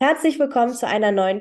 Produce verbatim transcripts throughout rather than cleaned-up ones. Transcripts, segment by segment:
Herzlich willkommen zu einer neuen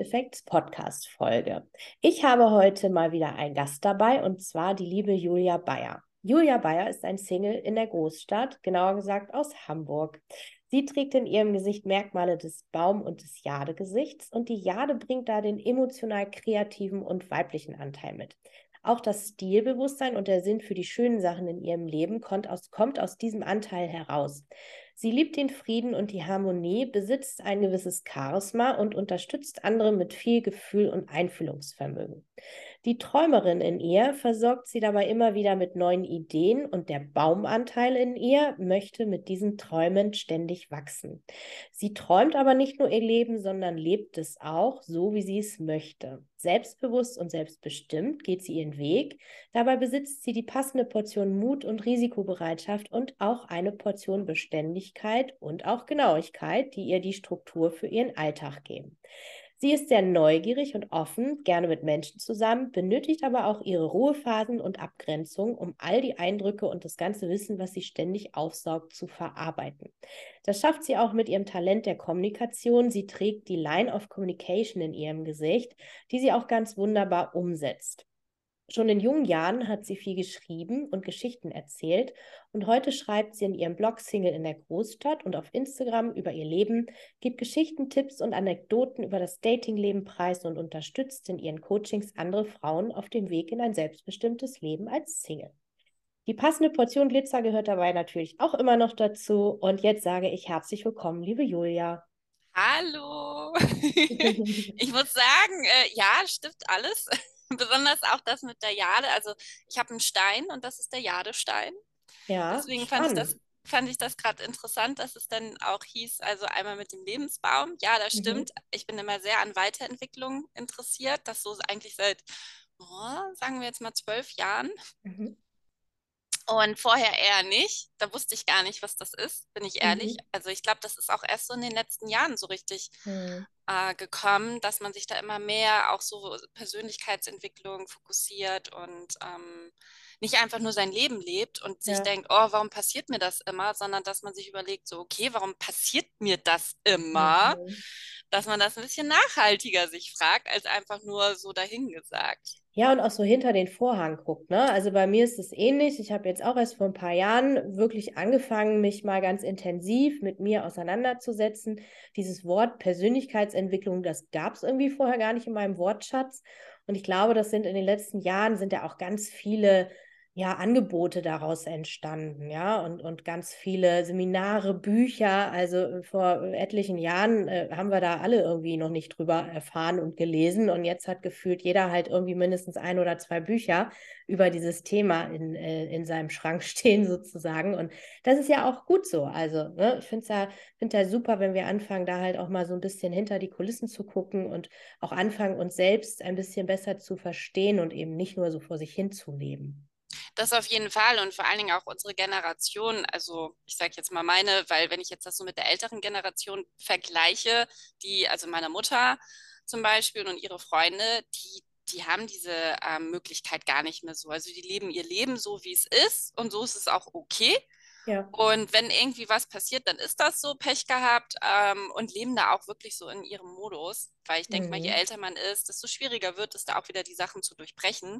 Krafteffekts-Podcast-Folge. Ich habe heute mal wieder einen Gast dabei, und zwar die liebe Julia Bayer. Julia Bayer ist ein Single in der Großstadt, genauer gesagt aus Hamburg. Sie trägt in ihrem Gesicht Merkmale des Baum- und des Jade-Gesichts, und die Jade bringt da den emotional kreativen und weiblichen Anteil mit. Auch das Stilbewusstsein und der Sinn für die schönen Sachen in ihrem Leben kommt aus, kommt aus diesem Anteil heraus. Sie liebt den Frieden und die Harmonie, besitzt ein gewisses Charisma und unterstützt andere mit viel Gefühl und Einfühlungsvermögen. Die Träumerin in ihr versorgt sie dabei immer wieder mit neuen Ideen, und der Baumanteil in ihr möchte mit diesen Träumen ständig wachsen. Sie träumt aber nicht nur ihr Leben, sondern lebt es auch so, wie sie es möchte. Selbstbewusst und selbstbestimmt geht sie ihren Weg. Dabei besitzt sie die passende Portion Mut und Risikobereitschaft und auch eine Portion Beständigkeit und auch Genauigkeit, die ihr die Struktur für ihren Alltag geben. Sie ist sehr neugierig und offen, gerne mit Menschen zusammen, benötigt aber auch ihre Ruhephasen und Abgrenzung, um all die Eindrücke und das ganze Wissen, was sie ständig aufsaugt, zu verarbeiten. Das schafft sie auch mit ihrem Talent der Kommunikation. Sie trägt die Line of Communication in ihrem Gesicht, die sie auch ganz wunderbar umsetzt. Schon in jungen Jahren hat sie viel geschrieben und Geschichten erzählt, und heute schreibt sie in ihrem Blog Single in der Großstadt und auf Instagram über ihr Leben, gibt Geschichten, Tipps und Anekdoten über das Datingleben preis und unterstützt in ihren Coachings andere Frauen auf dem Weg in ein selbstbestimmtes Leben als Single. Die passende Portion Glitzer gehört dabei natürlich auch immer noch dazu, und jetzt sage ich herzlich willkommen, liebe Julia. Hallo. Ich muss sagen, äh, ja, stimmt alles. Besonders auch das mit der Jade. Also ich habe einen Stein und das ist der Jadestein. Ja, Deswegen fand ich spannend. das, fand ich das gerade interessant, dass es dann auch hieß, also einmal mit dem Lebensbaum. Ja, das Mhm. stimmt. Ich bin immer sehr an Weiterentwicklung interessiert. Das so eigentlich seit, oh, sagen wir jetzt mal zwölf Jahren. Mhm. Und vorher eher nicht. Da wusste ich gar nicht, was das ist, bin ich ehrlich. Mhm. Also ich glaube, das ist auch erst so in den letzten Jahren so richtig Mhm. äh, gekommen, dass man sich da immer mehr auch so Persönlichkeitsentwicklung fokussiert und ähm, nicht einfach nur sein Leben lebt und sich Ja. denkt, oh, warum passiert mir das immer, sondern dass man sich überlegt, so, okay, warum passiert mir das immer? Mhm. Dass man das ein bisschen nachhaltiger sich fragt, als einfach nur so dahingesagt. Ja, und auch so hinter den Vorhang guckt, ne? Also bei mir ist es ähnlich. Ich habe jetzt auch erst vor ein paar Jahren wirklich angefangen, mich mal ganz intensiv mit mir auseinanderzusetzen. Dieses Wort Persönlichkeitsentwicklung, das gab es irgendwie vorher gar nicht in meinem Wortschatz. Und ich glaube, das sind in den letzten Jahren sind ja auch ganz viele ja, Angebote daraus entstanden, ja, und, und ganz viele Seminare, Bücher. Also äh, vor etlichen Jahren äh, haben wir da alle irgendwie noch nicht drüber erfahren und gelesen. Und jetzt hat gefühlt jeder halt irgendwie mindestens ein oder zwei Bücher über dieses Thema in, äh, in seinem Schrank stehen, sozusagen. Und das ist ja auch gut so. Also, ne, ich finde es ja, find ja super, wenn wir anfangen, da halt auch mal so ein bisschen hinter die Kulissen zu gucken und auch anfangen, uns selbst ein bisschen besser zu verstehen und eben nicht nur so vor sich hin zu leben. Das auf jeden Fall und vor allen Dingen auch unsere Generation, also ich sage jetzt mal meine, weil wenn ich jetzt das so mit der älteren Generation vergleiche, die, also meiner Mutter zum Beispiel und ihre Freunde, die, die haben diese ähm, Möglichkeit gar nicht mehr so. Also die leben ihr Leben so, wie es ist und so ist es auch okay. Ja. Und wenn irgendwie was passiert, dann ist das so, Pech gehabt, ähm, und leben da auch wirklich so in ihrem Modus. Weil ich denke mal, je Mhm. älter man ist, desto schwieriger wird es da auch wieder die Sachen zu durchbrechen.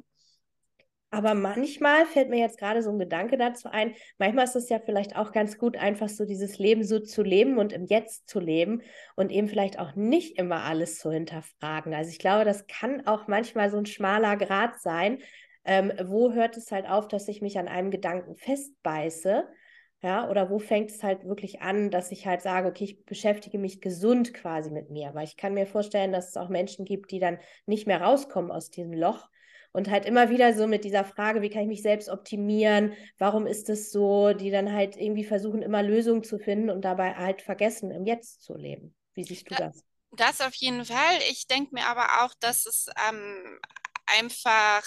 Aber manchmal fällt mir jetzt gerade so ein Gedanke dazu ein, manchmal ist es ja vielleicht auch ganz gut, einfach so dieses Leben so zu leben und im Jetzt zu leben und eben vielleicht auch nicht immer alles zu hinterfragen. Also ich glaube, das kann auch manchmal so ein schmaler Grat sein. Ähm, wo hört es halt auf, dass ich mich an einem Gedanken festbeiße? Ja, oder wo fängt es halt wirklich an, dass ich halt sage, okay, ich beschäftige mich gesund quasi mit mir, weil ich kann mir vorstellen, dass es auch Menschen gibt, die dann nicht mehr rauskommen aus diesem Loch und halt immer wieder so mit dieser Frage, wie kann ich mich selbst optimieren? Warum ist es so? Die dann halt irgendwie versuchen, immer Lösungen zu finden und dabei halt vergessen, im Jetzt zu leben. Wie siehst du Da, das? Das auf jeden Fall. Ich denke mir aber auch, dass es ähm, einfach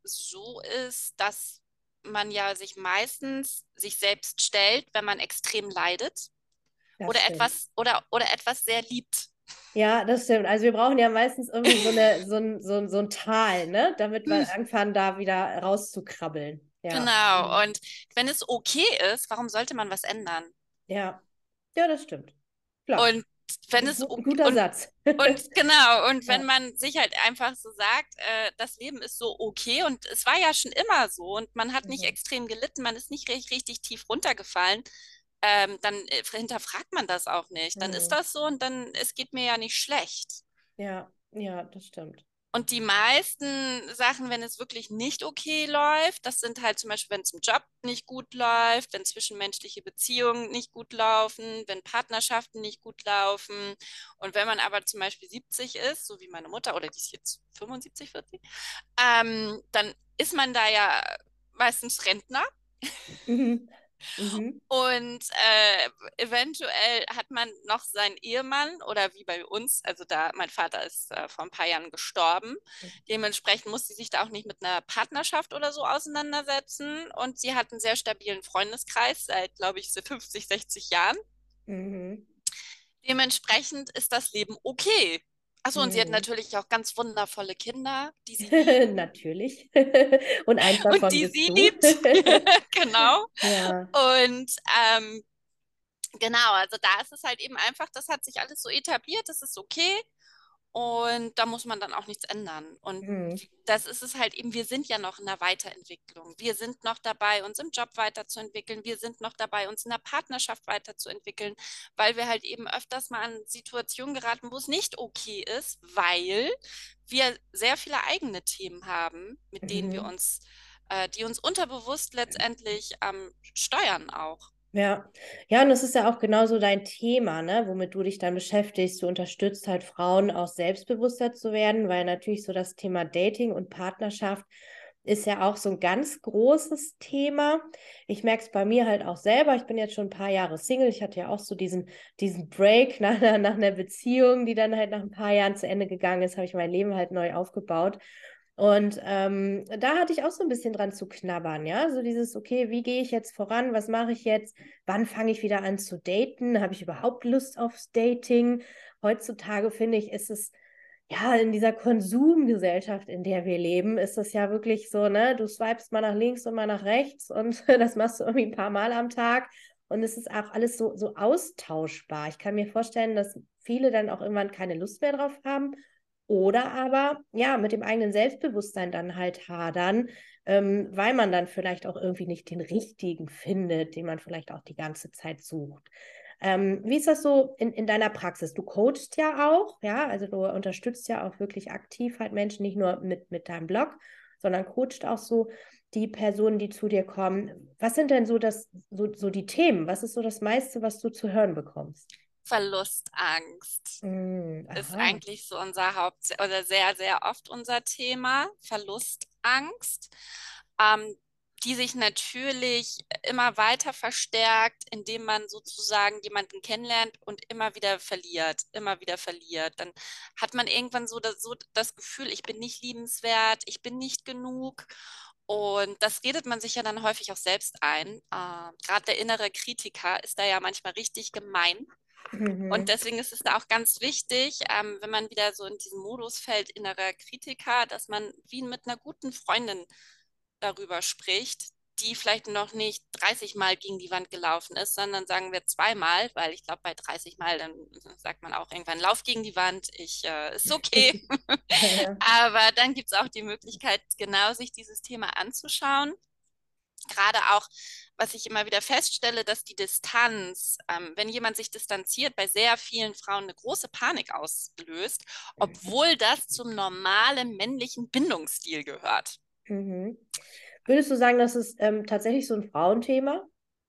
so ist, dass man ja sich meistens sich selbst stellt, wenn man extrem leidet Das oder stimmt. etwas oder, oder etwas sehr liebt. Ja, das stimmt. Also wir brauchen ja meistens irgendwie so eine, so ein, so ein, so ein Tal, ne? Damit wir anfangen, da wieder rauszukrabbeln. Ja. Genau. Mhm. Und wenn es okay ist, warum sollte man was ändern? Ja. Ja, das stimmt. Und Klar. wenn es okay, Guter und Satz. und genau, und wenn Ja. man sich halt einfach so sagt, äh, das Leben ist so okay und es war ja schon immer so und man hat nicht Mhm. extrem gelitten, man ist nicht richtig, richtig tief runtergefallen, ähm, dann äh, hinterfragt man das auch nicht. Dann ist Mhm. das so und dann, es geht mir ja nicht schlecht. Ja, ja, das stimmt. Und die meisten Sachen, wenn es wirklich nicht okay läuft, das sind halt zum Beispiel, wenn es im Job nicht gut läuft, wenn zwischenmenschliche Beziehungen nicht gut laufen, wenn Partnerschaften nicht gut laufen. Und wenn man aber zum Beispiel siebzig ist, so wie meine Mutter, oder die ist jetzt fünfundsiebzig, vierzig, ähm, dann ist man da ja meistens Rentner. Mhm. Mhm. Und äh, eventuell hat man noch seinen Ehemann oder wie bei uns, also da, mein Vater ist äh, vor ein paar Jahren gestorben. Dementsprechend muss sie sich da auch nicht mit einer Partnerschaft oder so auseinandersetzen. Und sie hat einen sehr stabilen Freundeskreis seit, glaube ich, so fünfzig, sechzig Jahren. Mhm. Dementsprechend ist das Leben okay. Achso, und sie hat Mhm. natürlich auch ganz wundervolle Kinder, die sie lieben Natürlich. Und eins und davon die bist sie du. liebt. Genau. Ja. Und ähm, genau, also da ist es halt eben einfach, das hat sich alles so etabliert, das ist okay und da muss man dann auch nichts ändern. Und Mhm. das ist es halt eben, wir sind ja noch in der Weiterentwicklung. Wir sind noch dabei, uns im Job weiterzuentwickeln. Wir sind noch dabei, uns in der Partnerschaft weiterzuentwickeln, weil wir halt eben öfters mal an Situationen geraten, wo es nicht okay ist, weil wir sehr viele eigene Themen haben, mit denen wir Mhm. uns, äh, die uns unterbewusst letztendlich ähm, steuern auch. Ja, ja, und das ist ja auch genauso dein Thema, ne, womit du dich dann beschäftigst. Du unterstützt halt Frauen auch selbstbewusster zu werden, weil natürlich so das Thema Dating und Partnerschaft ist ja auch so ein ganz großes Thema. Ich merke es bei mir halt auch selber. Ich bin jetzt schon ein paar Jahre Single. Ich hatte ja auch so diesen, diesen Break nach einer, nach einer Beziehung, die dann halt nach ein paar Jahren zu Ende gegangen ist, habe ich mein Leben halt neu aufgebaut. Und ähm, da hatte ich auch so ein bisschen dran zu knabbern, ja. So dieses, okay, wie gehe ich jetzt voran? Was mache ich jetzt? Wann fange ich wieder an zu daten? Habe ich überhaupt Lust aufs Dating? Heutzutage finde ich, ist es, ja, in dieser Konsumgesellschaft, in der wir leben, ist es ja wirklich so, ne? Du swipest mal nach links und mal nach rechts und das machst du irgendwie ein paar Mal am Tag. Und es ist auch alles so, so austauschbar. Ich kann mir vorstellen, dass viele dann auch irgendwann keine Lust mehr drauf haben oder aber, ja, mit dem eigenen Selbstbewusstsein dann halt hadern, ähm, weil man dann vielleicht auch irgendwie nicht den richtigen findet, den man vielleicht auch die ganze Zeit sucht. Ähm, wie ist das so in, in deiner Praxis? Du coachst ja auch, ja, also du unterstützt ja auch wirklich aktiv halt Menschen, nicht nur mit, mit deinem Blog, sondern coacht auch so die Personen, die zu dir kommen. Was sind denn so, das, so, so die Themen? Was ist so das meiste, was du zu hören bekommst? Verlustangst Mm, ist aha. eigentlich so unser Haupt- oder sehr, sehr oft unser Thema, Verlustangst, ähm, die sich natürlich immer weiter verstärkt, indem man sozusagen jemanden kennenlernt und immer wieder verliert, immer wieder verliert. Dann hat man irgendwann so das, so das Gefühl, ich bin nicht liebenswert, ich bin nicht genug. Und das redet man sich ja dann häufig auch selbst ein. Äh, Gerade der innere Kritiker ist da ja manchmal richtig gemein. Und Mhm. deswegen ist es da auch ganz wichtig, ähm, wenn man wieder so in diesen Modus fällt, innerer Kritiker, dass man wie mit einer guten Freundin darüber spricht, die vielleicht noch nicht dreißig Mal gegen die Wand gelaufen ist, sondern sagen wir zweimal, weil ich glaube, bei dreißig Mal, dann sagt man auch irgendwann, lauf gegen die Wand, ich, äh, ist okay. Ja, ja. Aber dann gibt es auch die Möglichkeit, genau sich dieses Thema anzuschauen. Gerade auch, was ich immer wieder feststelle, dass die Distanz, ähm, wenn jemand sich distanziert, bei sehr vielen Frauen eine große Panik auslöst, obwohl das zum normalen männlichen Bindungsstil gehört. Mhm. Würdest du sagen, das ist ähm, tatsächlich so ein Frauenthema?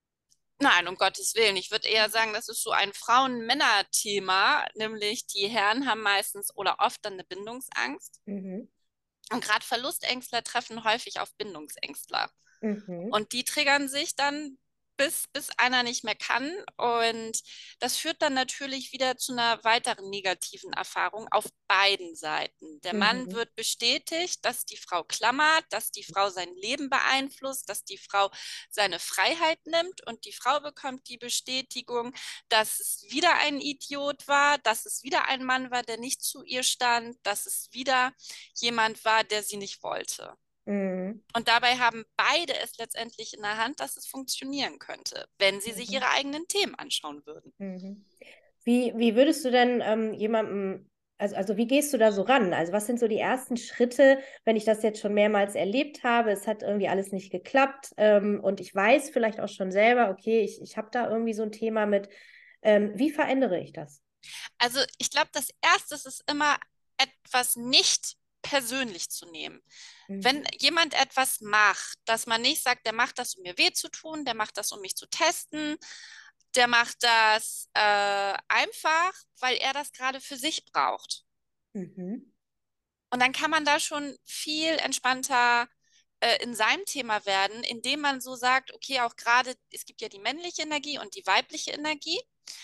Nein, um Gottes Willen. Ich würde eher sagen, das ist so ein Frauen-Männer-Thema, nämlich die Herren haben meistens oder oft dann eine Bindungsangst. Mhm. Und gerade Verlustängstler treffen häufig auf Bindungsängstler. Mhm. Und die triggern sich dann, bis, bis einer nicht mehr kann. Und das führt dann natürlich wieder zu einer weiteren negativen Erfahrung auf beiden Seiten. Der Mann Mhm. wird bestätigt, dass die Frau klammert, dass die Frau sein Leben beeinflusst, dass die Frau seine Freiheit nimmt. Und die Frau bekommt die Bestätigung, dass es wieder ein Idiot war, dass es wieder ein Mann war, der nicht zu ihr stand, dass es wieder jemand war, der sie nicht wollte. Mhm. Und dabei haben beide es letztendlich in der Hand, dass es funktionieren könnte, wenn sie sich Mhm. ihre eigenen Themen anschauen würden. Mhm. Wie, wie würdest du denn ähm, jemandem, also, also wie gehst du da so ran? Also was sind so die ersten Schritte, wenn ich das jetzt schon mehrmals erlebt habe, es hat irgendwie alles nicht geklappt ähm, und ich weiß vielleicht auch schon selber, okay, ich, ich habe da irgendwie so ein Thema mit, ähm, wie verändere ich das? Also ich glaube, das Erste ist immer, etwas nicht persönlich zu nehmen. Wenn Mhm. jemand etwas macht, dass man nicht sagt, der macht das, um mir weh zu tun, der macht das, um mich zu testen, der macht das äh, einfach, weil er das gerade für sich braucht. Mhm. Und dann kann man da schon viel entspannter äh, in seinem Thema werden, indem man so sagt, okay, auch gerade, es gibt ja die männliche Energie und die weibliche Energie.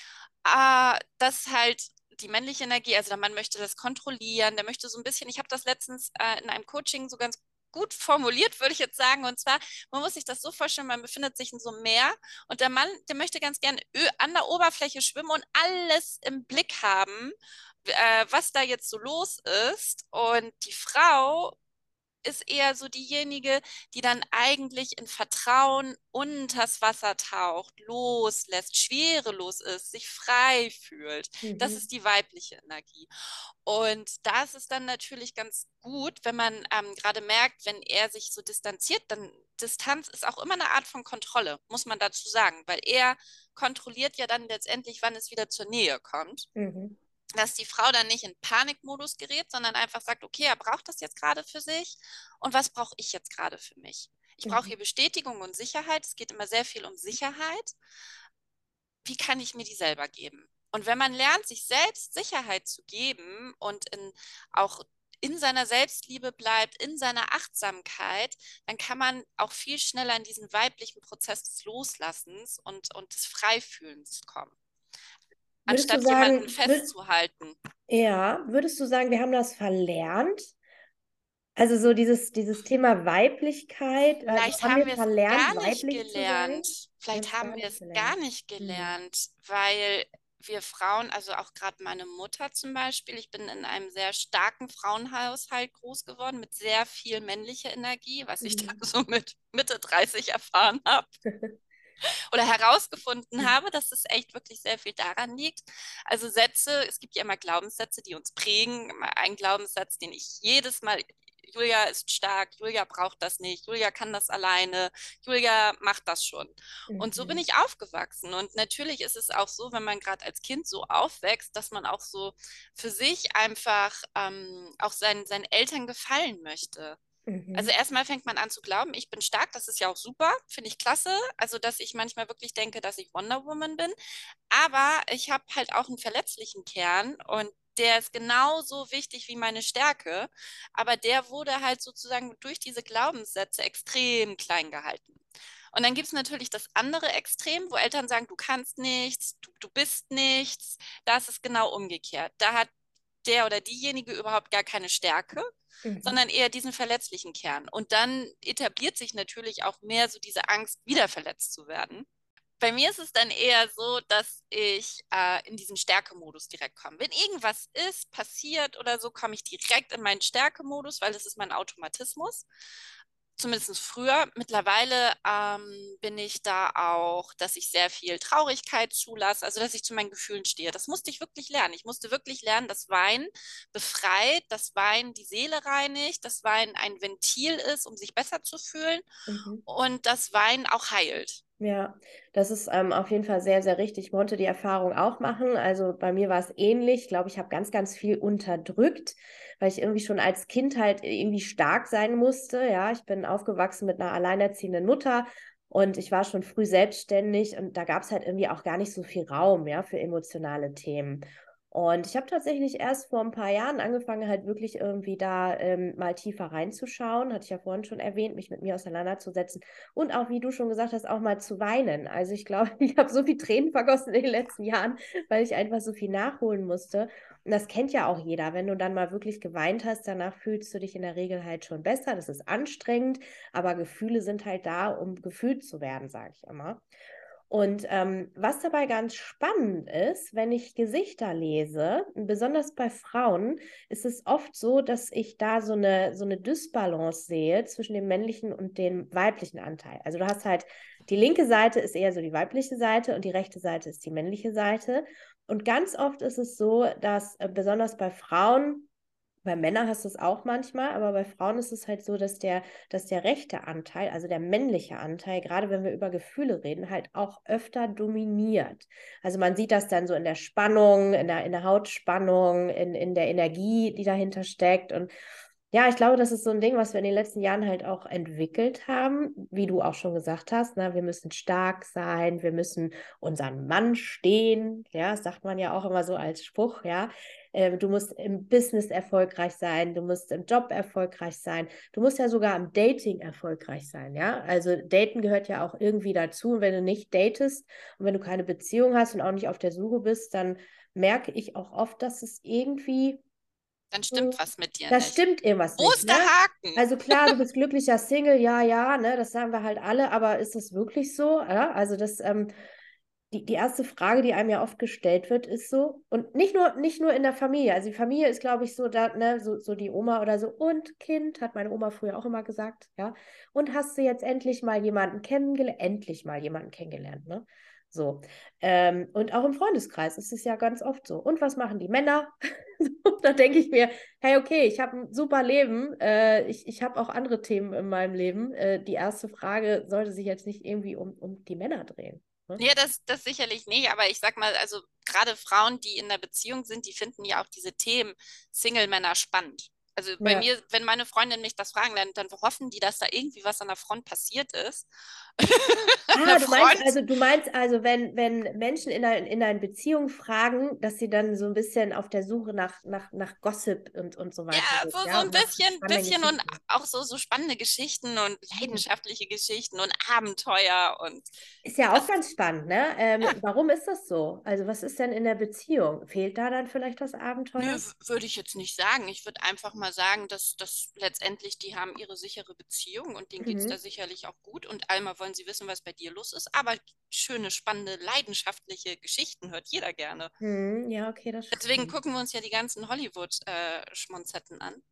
Äh, das halt die männliche Energie, also der Mann möchte das kontrollieren, der möchte so ein bisschen, ich habe das letztens äh, in einem Coaching so ganz gut formuliert, würde ich jetzt sagen. Und zwar, man muss sich das so vorstellen, man befindet sich in so einem Meer und der Mann, der möchte ganz gerne an der Oberfläche schwimmen und alles im Blick haben, äh, was da jetzt so los ist. Und die Frau ist eher so diejenige, die dann eigentlich in Vertrauen unters Wasser taucht, loslässt, schwerelos ist, sich frei fühlt. Das Mhm. ist die weibliche Energie. Und da ist es dann natürlich ganz gut, wenn man ähm, gerade merkt, wenn er sich so distanziert, dann Distanz ist auch immer eine Art von Kontrolle, muss man dazu sagen, weil er kontrolliert ja dann letztendlich, wann es wieder zur Nähe kommt, Mhm. dass die Frau dann nicht in Panikmodus gerät, sondern einfach sagt, okay, er braucht das jetzt gerade für sich und was brauche ich jetzt gerade für mich? Ich brauche Mhm. hier Bestätigung und Sicherheit. Es geht immer sehr viel um Sicherheit. Wie kann ich mir die selber geben? Und wenn man lernt, sich selbst Sicherheit zu geben und in, auch in seiner Selbstliebe bleibt, in seiner Achtsamkeit, dann kann man auch viel schneller in diesen weiblichen Prozess des Loslassens und, und des Freifühlens kommen, Würdest du anstatt jemanden sagen, würd, festzuhalten. ja, würdest du sagen, wir haben das verlernt? Also so dieses, dieses Thema Weiblichkeit, also Vielleicht haben haben wir wir es verlernt, gar nicht weiblich zu sein? gelernt. Wir haben Vielleicht es gar haben wir nicht es gar gelernt. nicht Hm. gelernt, weil wir Frauen, also auch gerade meine Mutter zum Beispiel, ich bin in einem sehr starken Frauenhaushalt groß geworden mit sehr viel männlicher Energie, was ich dann Mhm. so mit Mitte dreißig erfahren habe oder herausgefunden habe, dass es echt wirklich sehr viel daran liegt. Also Sätze, es gibt ja immer Glaubenssätze, die uns prägen. Ein Glaubenssatz, den ich jedes Mal, Julia ist stark, Julia braucht das nicht, Julia kann das alleine, Julia macht das schon. Und so bin Mhm. ich aufgewachsen. Und natürlich ist es auch so, wenn man gerade als Kind so aufwächst, dass man auch so für sich einfach ähm, auch seinen, seinen Eltern gefallen möchte. Also Mhm. erstmal fängt man an zu glauben, ich bin stark, das ist ja auch super, finde ich klasse. Also dass ich manchmal wirklich denke, dass ich Wonder Woman bin. Aber ich habe halt auch einen verletzlichen Kern und der ist genauso wichtig wie meine Stärke. Aber der wurde halt sozusagen durch diese Glaubenssätze extrem klein gehalten. Und dann gibt es natürlich das andere Extrem, wo Eltern sagen, du kannst nichts, du, du bist nichts. Da ist es genau umgekehrt. Da hat der oder diejenige überhaupt gar keine Stärke, Mhm. sondern eher diesen verletzlichen Kern. Und dann etabliert sich natürlich auch mehr so diese Angst, wieder verletzt zu werden. Bei mir ist es dann eher so, dass ich äh, in diesen Stärkemodus direkt komme. Wenn irgendwas ist, passiert oder so, komme ich direkt in meinen Stärkemodus, weil das ist mein Automatismus. Zumindest früher. Mittlerweile ähm, bin ich da auch, dass ich sehr viel Traurigkeit zulasse, also dass ich zu meinen Gefühlen stehe. Das musste ich wirklich lernen. Ich musste wirklich lernen, dass Wein befreit, dass Wein die Seele reinigt, dass Wein ein Ventil ist, um sich besser zu fühlen Mhm. und dass Wein auch heilt. Ja, das ist ähm, auf jeden Fall sehr, sehr richtig. Ich konnte die Erfahrung auch machen. Also bei mir war es ähnlich. Ich glaube, ich habe ganz, ganz viel unterdrückt, weil ich irgendwie schon als Kind halt irgendwie stark sein musste. Ja, ich bin aufgewachsen mit einer alleinerziehenden Mutter und ich war schon früh selbstständig und da gab es halt irgendwie auch gar nicht so viel Raum, ja, für emotionale Themen. Und ich habe tatsächlich erst vor ein paar Jahren angefangen, halt wirklich irgendwie da ähm, mal tiefer reinzuschauen. Hatte ich ja vorhin schon erwähnt, mich mit mir auseinanderzusetzen und auch, wie du schon gesagt hast, auch mal zu weinen. Also ich glaube, ich habe so viel Tränen vergossen in den letzten Jahren, weil ich einfach so viel nachholen musste. Und das kennt ja auch jeder. Wenn du dann mal wirklich geweint hast, danach fühlst du dich in der Regel halt schon besser. Das ist anstrengend, aber Gefühle sind halt da, um gefühlt zu werden, sage ich immer. Und ähm, was dabei ganz spannend ist, wenn ich Gesichter lese, besonders bei Frauen, ist es oft so, dass ich da so eine, so eine Dysbalance sehe zwischen dem männlichen und dem weiblichen Anteil. Also du hast halt, die linke Seite ist eher so die weibliche Seite und die rechte Seite ist die männliche Seite. und ganz oft ist es so, dass äh, besonders bei Frauen, bei Männern hast du es auch manchmal, aber bei Frauen ist es halt so, dass der, dass der rechte Anteil, also der männliche Anteil, gerade wenn wir über Gefühle reden, halt auch öfter dominiert. Also man sieht das dann so in der Spannung, in der, in der Hautspannung, in, in der Energie, die dahinter steckt. Und ja, ich glaube, das ist so ein Ding, was wir in den letzten Jahren halt auch entwickelt haben, wie du auch schon gesagt hast. Ne? Wir müssen stark sein, wir müssen unseren Mann stehen. Ja, das sagt man ja auch immer so als Spruch, ja. Äh, du musst im Business erfolgreich sein, du musst im Job erfolgreich sein, du musst ja sogar im Dating erfolgreich sein, ja. Also Daten gehört ja auch irgendwie dazu. Und wenn du nicht datest und wenn du keine Beziehung hast und auch nicht auf der Suche bist, dann merke ich auch oft, dass es irgendwie Dann hm, stimmt was mit dir da nicht. stimmt irgendwas Wo nicht, ist der ne? Haken? Also klar, du bist glücklicher Single, ja, ja, ne, das sagen wir halt alle, aber ist das wirklich so? Ja? Also das, ähm, die, die erste Frage, die einem ja oft gestellt wird, ist so, und nicht nur, nicht nur in der Familie, also die Familie ist, glaube ich, so, da, ne, so, so die Oma oder so, und Kind, hat meine Oma früher auch immer gesagt, ja, und hast du jetzt endlich mal jemanden kennengelernt, endlich mal jemanden kennengelernt, ne? So. Ähm, und auch im Freundeskreis ist es ja ganz oft so. Und was machen die Männer? Da denke ich mir, hey, okay, ich habe ein super Leben. Äh, ich ich habe auch andere Themen in meinem Leben. Äh, die erste Frage sollte sich jetzt nicht irgendwie um, um die Männer drehen. Ne? Ja, das, das sicherlich nicht, aber ich sag mal, also gerade Frauen, die in einer Beziehung sind, die finden ja auch diese Themen Single-Männer spannend. Also bei Ja. mir, wenn meine Freundin mich das fragen lernt, dann hoffen die, dass da irgendwie was an der Front passiert ist. An der Ah, du meinst Front. also, du meinst also, wenn, wenn Menschen in einer, in einer Beziehung fragen, dass sie dann so ein bisschen auf der Suche nach, nach, nach Gossip und, und so Ja, weiter sind, so, so ja, ein und nach bisschen, spannenden bisschen und Geschichten. auch so, so spannende Geschichten und Hm. leidenschaftliche Geschichten und Abenteuer und Ist ja auch das, ganz spannend, ne? Ähm, ja. warum ist das so? Also, was ist denn in der Beziehung? Fehlt da dann vielleicht das Nö, Abenteuer? w- würde ich jetzt nicht sagen. Ich würde einfach mal sagen, dass, dass letztendlich die haben ihre sichere Beziehung und denen geht es da Mhm. sicherlich auch gut. Und einmal wollen sie wissen, was bei dir los ist. Aber schöne, spannende, leidenschaftliche Geschichten hört jeder gerne. Mhm. Ja, okay, das Deswegen stimmt. gucken wir uns ja die ganzen Hollywood-Schmonzetten an.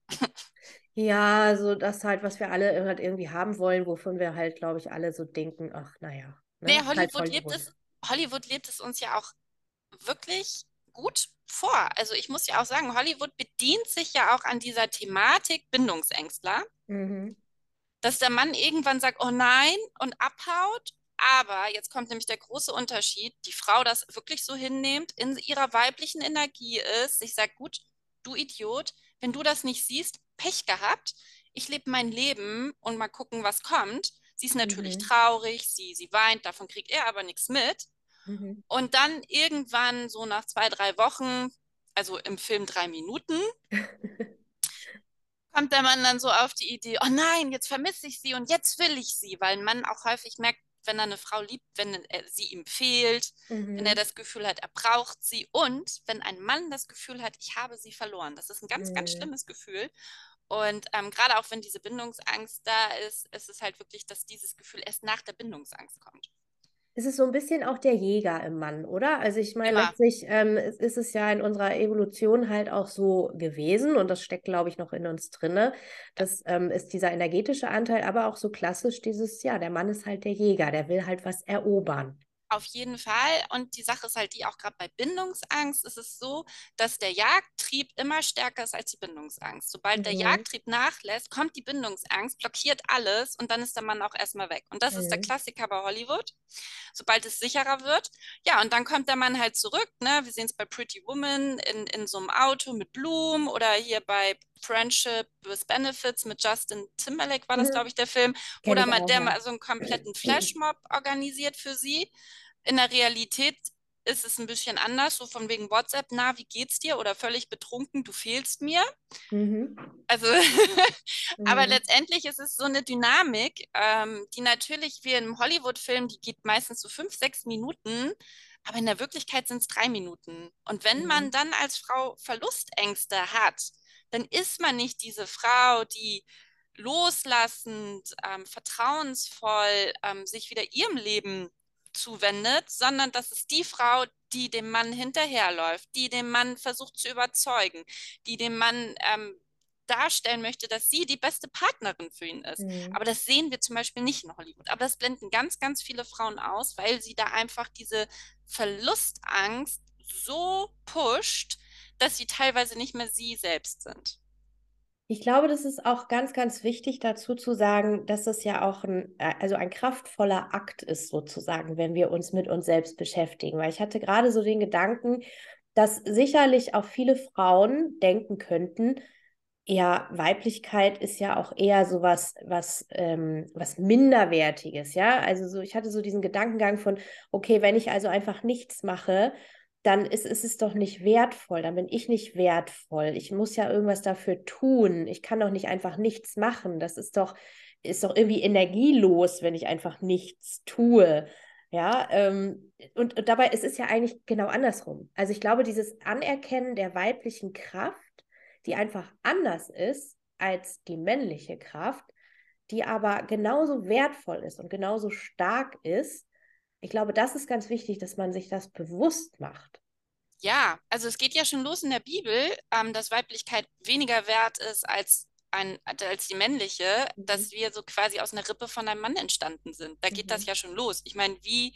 Ja, so das halt, was wir alle halt irgendwie haben wollen, wovon wir halt, glaube ich, alle so denken, ach, naja, Nee, ne? Ist halt Hollywood lebt Hollywood. es, Hollywood lebt es uns ja auch wirklich gut vor. Also ich muss ja auch sagen, Hollywood bedient sich ja auch an dieser Thematik Bindungsängstler, Mhm. dass der Mann irgendwann sagt, oh nein, und abhaut. Aber jetzt kommt nämlich der große Unterschied, die Frau das wirklich so hinnimmt, in ihrer weiblichen Energie ist, sich sagt, gut, du Idiot, wenn du das nicht siehst, Pech gehabt, ich lebe mein Leben und mal gucken, was kommt. Sie ist natürlich Mhm. traurig, sie, sie weint, davon kriegt er aber nichts mit. Mhm. Und dann irgendwann so nach zwei, drei Wochen, also im Film drei Minuten, kommt der Mann dann so auf die Idee, oh nein, jetzt vermisse ich sie und jetzt will ich sie, weil ein Mann auch häufig merkt, wenn er eine Frau liebt, wenn er, sie ihm fehlt, wenn er Mhm. das Gefühl hat, er braucht sie und wenn ein Mann das Gefühl hat, ich habe sie verloren. Das ist ein ganz, ganz Mhm. schlimmes Gefühl. Und ähm, gerade auch wenn diese Bindungsangst da ist, ist es halt wirklich, dass dieses Gefühl erst nach der Bindungsangst kommt. Es ist so ein bisschen auch der Jäger im Mann, oder? Also ich meine, Immer. letztlich ähm, es ist es ja in unserer Evolution halt auch so gewesen und das steckt, glaube ich, noch in uns drinne. Ja. Das ähm, ist dieser energetische Anteil, aber auch so klassisch dieses, ja, der Mann ist halt der Jäger, der will halt was erobern. Auf jeden Fall. Und die Sache ist halt die, auch gerade bei Bindungsangst ist es so, dass der Jagdtrieb immer stärker ist als die Bindungsangst. Sobald der Mhm. Jagdtrieb nachlässt, kommt die Bindungsangst, blockiert alles und dann ist der Mann auch erstmal weg. Und das ist der Mhm. Klassiker bei Hollywood. Sobald es sicherer wird, ja, und dann kommt der Mann halt zurück. Ne? Wir sehen es bei Pretty Woman in, in so einem Auto mit Blumen oder hier bei Friendship with Benefits mit Justin Timberlake war das, glaube Mhm. ich, der Film, wo Kenne dann ich mal auch, der ja. mal so einen kompletten Flashmob organisiert für sie. In der Realität ist es ein bisschen anders, so von wegen WhatsApp, na, wie geht's dir? Oder völlig betrunken, du fehlst mir. Mhm. Also, aber Mhm. letztendlich ist es so eine Dynamik, ähm, die natürlich wie im Hollywood-Film, die geht meistens so fünf, sechs Minuten, aber in der Wirklichkeit sind es drei Minuten. Und wenn man Mhm. dann als Frau Verlustängste hat, dann ist man nicht diese Frau, die loslassend, ähm, vertrauensvoll ähm, sich wieder ihrem Leben zuwendet, sondern das ist die Frau, die dem Mann hinterherläuft, die den Mann versucht zu überzeugen, die dem Mann ähm, darstellen möchte, dass sie die beste Partnerin für ihn ist. Mhm. Aber das sehen wir zum Beispiel nicht in Hollywood. Aber das blenden ganz, ganz viele Frauen aus, weil sie da einfach diese Verlustangst so pusht, dass sie teilweise nicht mehr sie selbst sind. Ich glaube, das ist auch ganz, ganz wichtig dazu zu sagen, dass es ja auch ein, äh, also ein kraftvoller Akt ist, sozusagen, wenn wir uns mit uns selbst beschäftigen. Weil ich hatte gerade so den Gedanken, dass sicherlich auch viele Frauen denken könnten, ja, Weiblichkeit ist ja auch eher so was, was, ähm, was Minderwertiges, ja. Also so, ich hatte so diesen Gedankengang von, okay, wenn ich also einfach nichts mache, dann ist, ist es doch nicht wertvoll, dann bin ich nicht wertvoll. Ich muss ja irgendwas dafür tun. Ich kann doch nicht einfach nichts machen. Das ist doch, ist doch irgendwie energielos, wenn ich einfach nichts tue. Ja, ähm, und, und dabei ist es ja eigentlich genau andersrum. Also ich glaube, dieses Anerkennen der weiblichen Kraft, die einfach anders ist als die männliche Kraft, die aber genauso wertvoll ist und genauso stark ist. Ich glaube, das ist ganz wichtig, dass man sich das bewusst macht. Ja, also es geht ja schon los in der Bibel, ähm, dass Weiblichkeit weniger wert ist als, ein, als die männliche, Mhm. dass wir so quasi aus einer Rippe von einem Mann entstanden sind. Da geht das Mhm. ja schon los. Ich meine, wie,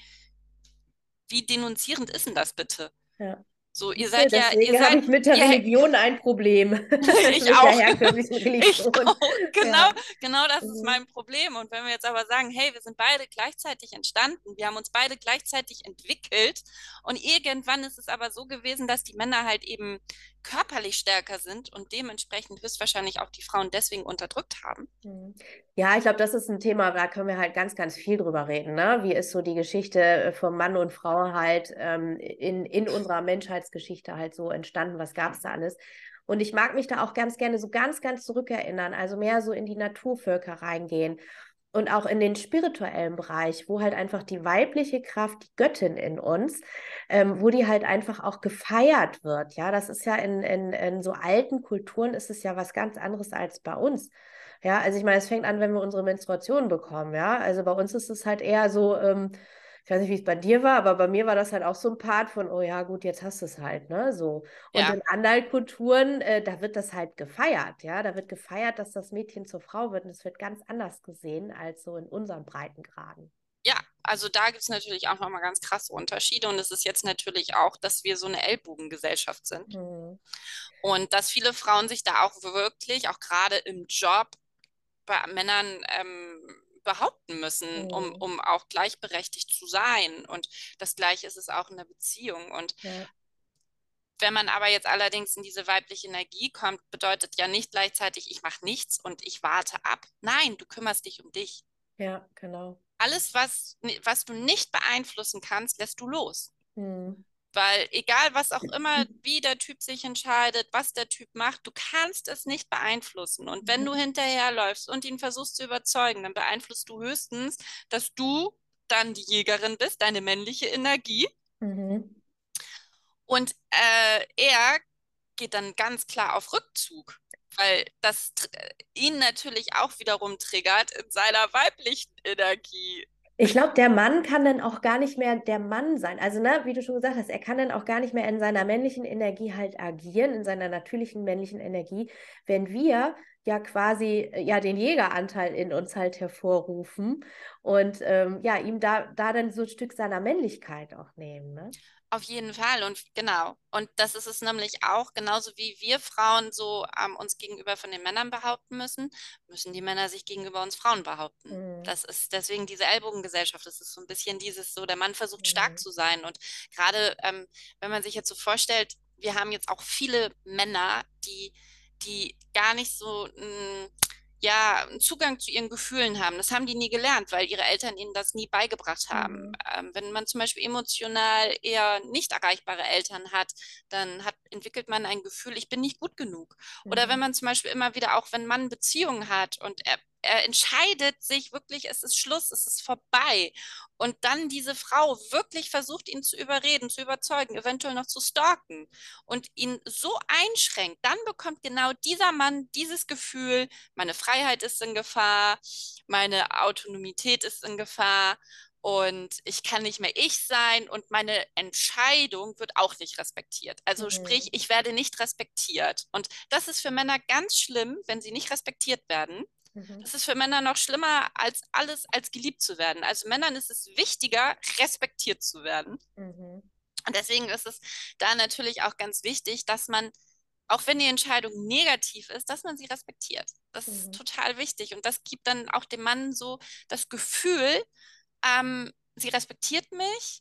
wie denunzierend ist denn das bitte? Ja. So, ihr Siehst du, seid ja, ihr deswegen habe seid, ich mit der ihr, Religion ein Problem. ich Mit der auch. herkömmlichen Ich Religion. auch. Genau, Ja. genau das ist Mhm. mein Problem. Und wenn wir jetzt aber sagen, hey, wir sind beide gleichzeitig entstanden, wir haben uns beide gleichzeitig entwickelt und irgendwann ist es aber so gewesen, dass die Männer halt eben körperlich stärker sind und dementsprechend höchstwahrscheinlich auch die Frauen deswegen unterdrückt haben. Mhm. Ja, ich glaube, das ist ein Thema, da können wir halt ganz, ganz viel drüber reden, ne? Wie ist so die Geschichte äh, von Mann und Frau halt ähm, in, in unserer Menschheitsgeschichte halt so entstanden? Was gab es da alles? Und ich mag mich da auch ganz gerne so ganz, ganz zurückerinnern, also mehr so in die Naturvölker reingehen und auch in den spirituellen Bereich, wo halt einfach die weibliche Kraft, die Göttin in uns, ähm, wo die halt einfach auch gefeiert wird. Ja, das ist ja in, in, in so alten Kulturen ist es ja was ganz anderes als bei uns. Ja, also ich meine, es fängt an, wenn wir unsere Menstruation bekommen, ja. Also bei uns ist es halt eher so, ähm, ich weiß nicht, wie es bei dir war, aber bei mir war das halt auch so ein Part von, oh ja, gut, jetzt hast du es halt, ne, so. Und Ja, in anderen Kulturen, äh, da wird das halt gefeiert, ja. Da wird gefeiert, dass das Mädchen zur Frau wird und es wird ganz anders gesehen als so in unseren Breitengraden. ja, also da gibt es natürlich auch nochmal ganz krasse Unterschiede und es ist jetzt natürlich auch, dass wir so eine Ellbogengesellschaft sind Mhm. und dass viele Frauen sich da auch wirklich, auch gerade im Job, bei Männern ähm, behaupten müssen, um, Mhm. um auch gleichberechtigt zu sein. Und das Gleiche ist es auch in der Beziehung. Und Ja, wenn man aber jetzt allerdings in diese weibliche Energie kommt, bedeutet ja nicht gleichzeitig, ich mache nichts und ich warte ab. Nein, du kümmerst dich um dich. ja, genau. Alles, was, was du nicht beeinflussen kannst, lässt du los. Mhm. Weil egal, was auch immer, wie der Typ sich entscheidet, was der Typ macht, du kannst es nicht beeinflussen. Und wenn du Mhm. hinterherläufst und ihn versuchst zu überzeugen, dann beeinflusst du höchstens, dass du dann die Jägerin bist, deine männliche Energie. Mhm. Und äh, er geht dann ganz klar auf Rückzug, weil das ihn natürlich auch wiederum triggert in seiner weiblichen Energie. Ich glaube, der Mann kann dann auch gar nicht mehr der Mann sein. Also, ne, wie du schon gesagt hast, er kann dann auch gar nicht mehr in seiner männlichen Energie halt agieren, in seiner natürlichen männlichen Energie, wenn wir ja quasi äh, ja den Jägeranteil in uns halt hervorrufen und ähm, ja ihm da, da dann so ein Stück seiner Männlichkeit auch nehmen, ne? Auf jeden Fall und genau. Und das ist es nämlich auch, genauso wie wir Frauen so ähm, uns gegenüber von den Männern behaupten müssen, müssen die Männer sich gegenüber uns Frauen behaupten. Mhm. Das ist deswegen diese Ellbogengesellschaft. Das ist so ein bisschen dieses so, der Mann versucht stark Mhm. zu sein. Und gerade ähm, wenn man sich jetzt so vorstellt, wir haben jetzt auch viele Männer, die, die gar nicht so mh, ja, einen Zugang zu ihren Gefühlen haben. Das haben die nie gelernt, weil ihre Eltern ihnen das nie beigebracht haben. Mhm. Ähm, wenn man zum Beispiel emotional eher nicht erreichbare Eltern hat, dann hat, entwickelt man ein Gefühl, ich bin nicht gut genug. Oder wenn Mhm. man zum Beispiel immer wieder, auch wenn man Beziehungen hat und er, er entscheidet sich wirklich, es ist Schluss, es ist vorbei. Und dann diese Frau wirklich versucht, ihn zu überreden, zu überzeugen, eventuell noch zu stalken und ihn so einschränkt, dann bekommt genau dieser Mann dieses Gefühl, meine Freiheit ist in Gefahr, meine Autonomität ist in Gefahr und ich kann nicht mehr ich sein und meine Entscheidung wird auch nicht respektiert. Also sprich, Mhm. ich werde nicht respektiert. Und das ist für Männer ganz schlimm, wenn sie nicht respektiert werden. Mhm. Das ist für Männer noch schlimmer als alles, als geliebt zu werden. Also Männern ist es wichtiger, respektiert zu werden. Mhm. Und deswegen ist es da natürlich auch ganz wichtig, dass man, auch wenn die Entscheidung negativ ist, dass man sie respektiert. Das ist Mhm. total wichtig. Und das gibt dann auch dem Mann so das Gefühl, ähm, sie respektiert mich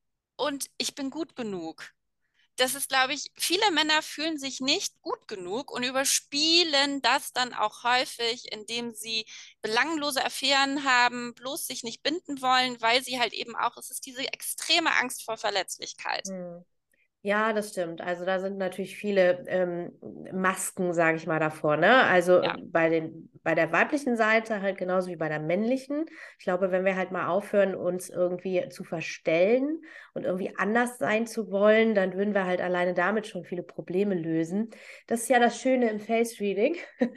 und ich bin gut genug. Das ist, glaube ich, viele Männer fühlen sich nicht gut genug und überspielen das dann auch häufig, indem sie belanglose Affären haben, bloß sich nicht binden wollen, weil sie halt eben auch, es ist diese extreme Angst vor Verletzlichkeit. Mhm. Ja, das stimmt. Also da sind natürlich viele ähm, Masken, sage ich mal, davor, ne? Also äh, Ja. bei den, bei der weiblichen Seite halt genauso wie bei der männlichen. Ich glaube, wenn wir halt mal aufhören, uns irgendwie zu verstellen und irgendwie anders sein zu wollen, dann würden wir halt alleine damit schon viele Probleme lösen. Das ist ja das Schöne im Face Reading.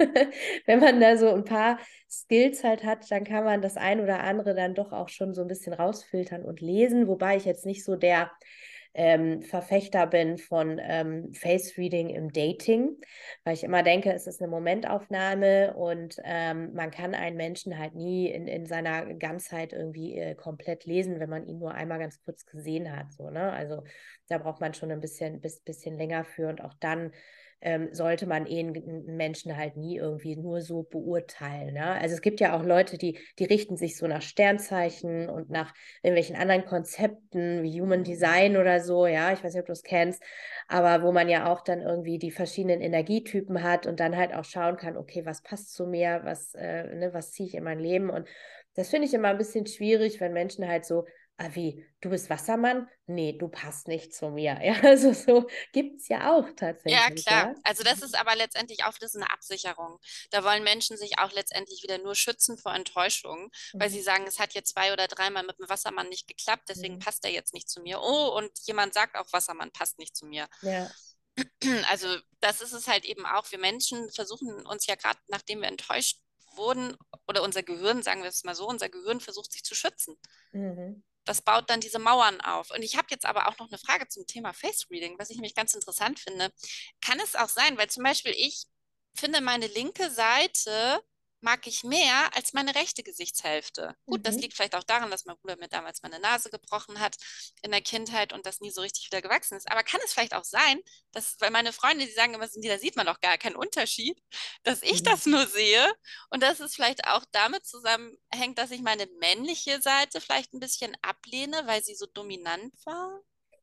Wenn man da so ein paar Skills halt hat, dann kann man das ein oder andere dann doch auch schon so ein bisschen rausfiltern und lesen, wobei ich jetzt nicht so der ähm, Verfechter bin von ähm, Face Reading im Dating, weil ich immer denke, es ist eine Momentaufnahme und ähm, man kann einen Menschen halt nie in, in seiner Ganzheit irgendwie äh, komplett lesen, wenn man ihn nur einmal ganz kurz gesehen hat. So, ne? Also da braucht man schon ein bisschen, bis, bisschen länger für und auch dann ähm, sollte man eh einen Menschen halt nie irgendwie nur so beurteilen. Ne? Also es gibt ja auch Leute, die, die richten sich so nach Sternzeichen und nach irgendwelchen anderen Konzepten wie Human Design oder so, ja, ich weiß nicht, ob du es kennst, aber wo man ja auch dann irgendwie die verschiedenen Energietypen hat und dann halt auch schauen kann, okay, was passt zu mir, was, äh, ne, was ziehe ich in mein Leben und das finde ich immer ein bisschen schwierig, wenn Menschen halt so, ah, wie, du bist Wassermann? Nee, du passt nicht zu mir. Ja, also so gibt es ja auch Ja, tatsächlich, klar. ja. Also das ist aber letztendlich auch das ist eine Absicherung. Da wollen Menschen sich auch letztendlich wieder nur schützen vor Enttäuschungen, weil Mhm. sie sagen, es hat jetzt zwei oder dreimal mit dem Wassermann nicht geklappt, deswegen Mhm. passt er jetzt nicht zu mir. Oh, und jemand sagt auch, Wassermann passt nicht zu mir. Ja. Also das ist es halt eben auch. Wir Menschen versuchen uns ja gerade, nachdem wir enttäuscht wurden, oder unser Gehirn, sagen wir es mal so, unser Gehirn versucht sich zu schützen. Mhm. Das baut dann diese Mauern auf. Und ich habe jetzt aber auch noch eine Frage zum Thema Face Reading, was ich nämlich ganz interessant finde. Kann es auch sein, weil zum Beispiel ich finde, meine linke Seite mag ich mehr als meine rechte Gesichtshälfte. Gut, das Mhm. liegt vielleicht auch daran, dass mein Bruder mir damals meine Nase gebrochen hat in der Kindheit und das nie so richtig wieder gewachsen ist. Aber kann es vielleicht auch sein, dass, weil meine Freunde, die sagen immer, da sieht man doch gar keinen Unterschied, dass ich Mhm. das nur sehe und dass es vielleicht auch damit zusammenhängt, dass ich meine männliche Seite vielleicht ein bisschen ablehne, weil sie so dominant war.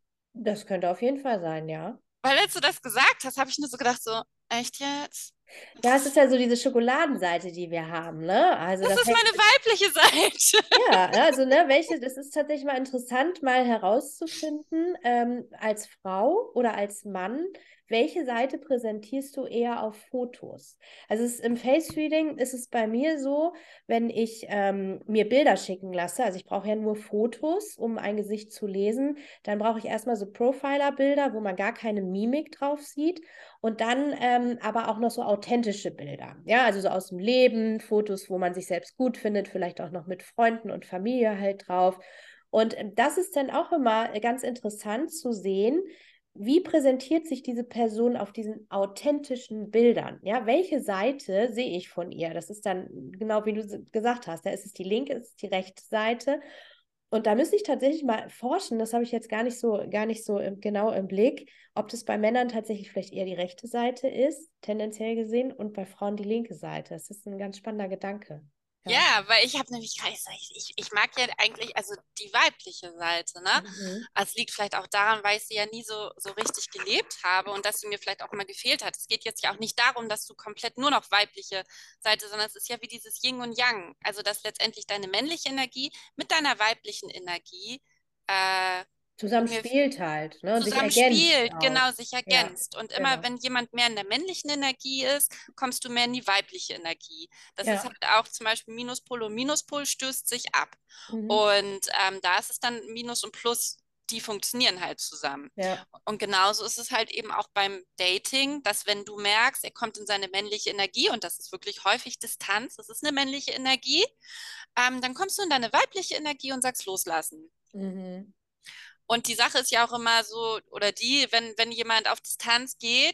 Das könnte auf jeden Fall sein, ja. Weil als du das gesagt hast, habe ich nur so gedacht, so, echt jetzt? Ja, es ist Das, ja so diese Schokoladenseite, die wir haben, ne? Also das das ist hängt. meine weibliche Seite. Ja, ja, also ne, welche, das ist tatsächlich mal interessant, mal herauszufinden, ähm, als Frau oder als Mann, welche Seite präsentierst du eher auf Fotos? Also es ist, im Face-Reading ist es bei mir so, wenn ich ähm, mir Bilder schicken lasse, also ich brauche ja nur Fotos, um ein Gesicht zu lesen, dann brauche ich erstmal so Profiler-Bilder, wo man gar keine Mimik drauf sieht. Und dann ähm, aber auch noch so authentische Bilder. Ja, also so aus dem Leben, Fotos, wo man sich selbst gut findet, vielleicht auch noch mit Freunden und Familie halt drauf. Und ähm, das ist dann auch immer ganz interessant zu sehen, wie präsentiert sich diese Person auf diesen authentischen Bildern? Ja, welche Seite sehe ich von ihr? Das ist dann genau wie du gesagt hast. Da ist es die linke, ist es die rechte Seite. Und da müsste ich tatsächlich mal forschen, das habe ich jetzt gar nicht so, gar nicht so im, genau im Blick, ob das bei Männern tatsächlich vielleicht eher die rechte Seite ist, tendenziell gesehen, und bei Frauen die linke Seite. Das ist ein ganz spannender Gedanke. Ja. Ja, weil ich habe nämlich gerade gesagt, ich, ich, ich mag ja eigentlich, also die weibliche Seite, ne? Mhm. Es liegt vielleicht auch daran, weil ich sie ja nie so, so richtig gelebt habe und dass sie mir vielleicht auch immer gefehlt hat. Es geht jetzt ja auch nicht darum, dass du komplett nur noch weibliche Seite, sondern es ist ja wie dieses Yin und Yang. Also, dass letztendlich deine männliche Energie mit deiner weiblichen Energie äh, Zusammen mir spielt halt, ne? Und sich zusammen ergänzt spielt, auch. genau, sich Ja, ergänzt. Und immer, genau. wenn jemand mehr in der männlichen Energie ist, kommst du mehr in die weibliche Energie. Das ist Ja. halt auch zum Beispiel Minuspol und Minuspol stößt sich ab. Mhm. Und ähm, da ist es dann Minus und Plus, die funktionieren halt zusammen. Ja. Und genauso ist es halt eben auch beim Dating, dass wenn du merkst, er kommt in seine männliche Energie und das ist wirklich häufig Distanz, das ist eine männliche Energie, ähm, dann kommst du in deine weibliche Energie und sagst loslassen. Mhm. Und die Sache ist ja auch immer so, oder die, wenn, wenn jemand auf Distanz geht,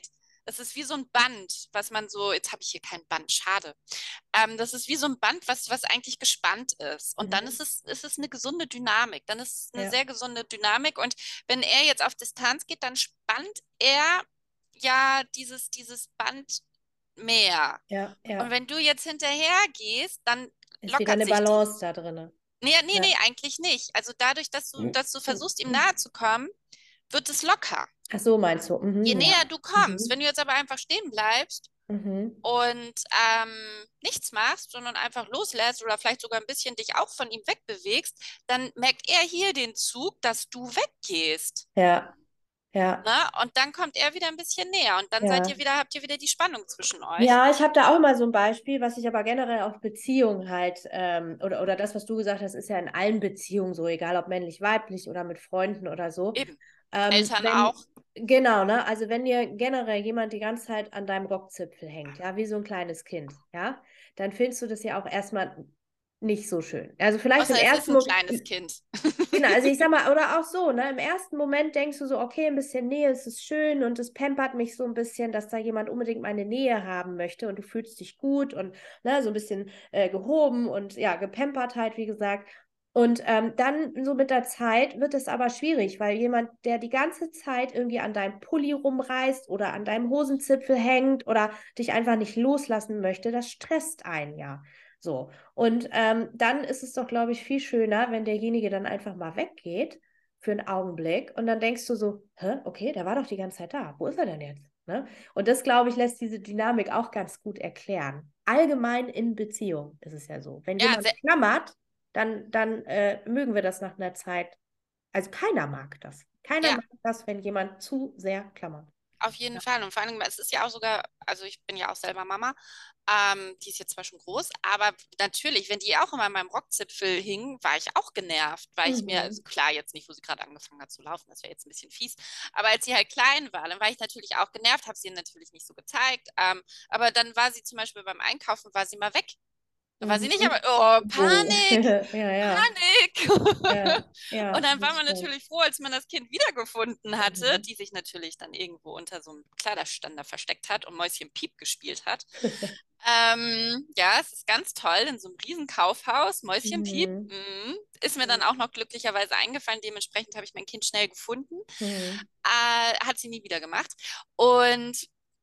Das ist wie so ein Band, was man so, jetzt habe ich hier kein Band, schade. Ähm, das ist wie so ein Band, was, was eigentlich gespannt ist. Und dann Mhm. ist es, ist es eine gesunde Dynamik. Dann ist es eine Ja, sehr gesunde Dynamik. Und wenn er jetzt auf Distanz geht, dann spannt er ja dieses, dieses Band mehr. ja, Und ja. wenn du jetzt hinterher gehst, dann Ist wieder lockert eine sich die. Balance da drin. Nee, nee, Ja. nee, eigentlich nicht. Also dadurch, dass du, dass du versuchst, ihm nahe zu kommen, wird es locker. Ach so, meinst du? Je Mhm, ja. näher du kommst, wenn Mhm. du jetzt aber einfach stehen bleibst Mhm. und ähm, nichts machst, sondern einfach loslässt oder vielleicht sogar ein bisschen dich auch von ihm wegbewegst, dann merkt er hier den Zug, dass du weggehst. Ja, ja, Ne? Und dann kommt er wieder ein bisschen näher und dann seid ja. ihr wieder, habt ihr wieder die Spannung zwischen euch. Ja, ich habe da auch mal so ein Beispiel, was ich aber generell auf Beziehungen halt, ähm, oder, oder das, was du gesagt hast, ist ja in allen Beziehungen so, egal ob männlich, weiblich oder mit Freunden oder so. Eben. Ähm, Eltern auch. wenn, genau, ne, also wenn dir generell jemand die ganze Zeit an deinem Rockzipfel hängt, ja, wie so ein kleines Kind, ja, dann findest du das ja auch erstmal nicht so schön. Also vielleicht im Außer es ist ersten ein Moment. kleines Kind. Genau, also ich sag mal, oder auch so, ne? Im ersten Moment denkst du so, okay, ein bisschen Nähe, es ist schön und es pampert mich so ein bisschen, dass da jemand unbedingt meine Nähe haben möchte und du fühlst dich gut und ne, so ein bisschen äh, gehoben und ja, gepampert halt, wie gesagt. Und ähm, dann so mit der Zeit wird es aber schwierig, weil jemand, der die ganze Zeit irgendwie an deinem Pulli rumreißt oder an deinem Hosenzipfel hängt oder dich einfach nicht loslassen möchte, das stresst einen ja. So. Und ähm, dann ist es doch, glaube ich, viel schöner, wenn derjenige dann einfach mal weggeht für einen Augenblick und dann denkst du so, hä, okay, der war doch die ganze Zeit da. Wo ist er denn jetzt? Ne? Und das, glaube ich, lässt diese Dynamik auch ganz gut erklären. Allgemein in Beziehung ist es ja so. Wenn Ja, jemand sehr, klammert, dann, dann äh, mögen wir das nach einer Zeit. Also keiner mag das. Keiner ja, mag das, wenn jemand zu sehr klammert. auf jeden Ja. Fall. Und vor allem, es ist ja auch sogar, also ich bin ja auch selber Mama, ähm, die ist jetzt zwar schon groß, aber natürlich, wenn die auch immer an meinem Rockzipfel hing, war ich auch genervt, weil ich mir, also Mhm. klar, jetzt nicht, wo sie gerade angefangen hat zu laufen, das wäre jetzt ein bisschen fies, aber als sie halt klein war, dann war ich natürlich auch genervt, habe sie ihr natürlich nicht so gezeigt, ähm, aber dann war sie zum Beispiel beim Einkaufen, war sie mal weg. Da war sie nicht, aber Mhm. oh, Oh. Panik, Ja, ja. Panik. Ja, Und ja, dann war das man stimmt. natürlich froh, als man das Kind wiedergefunden hatte, Mhm. die sich natürlich dann irgendwo unter so einem Kleiderständer versteckt hat und Mäuschen Piep gespielt hat. Ähm, ja, es ist ganz toll in so einem riesen Kaufhaus, Mäuschen Piep. Mhm. Mhm. Ist mir dann Mhm. auch noch glücklicherweise eingefallen. Dementsprechend habe ich mein Kind schnell gefunden. Mhm. Äh, hat sie nie wieder gemacht. Und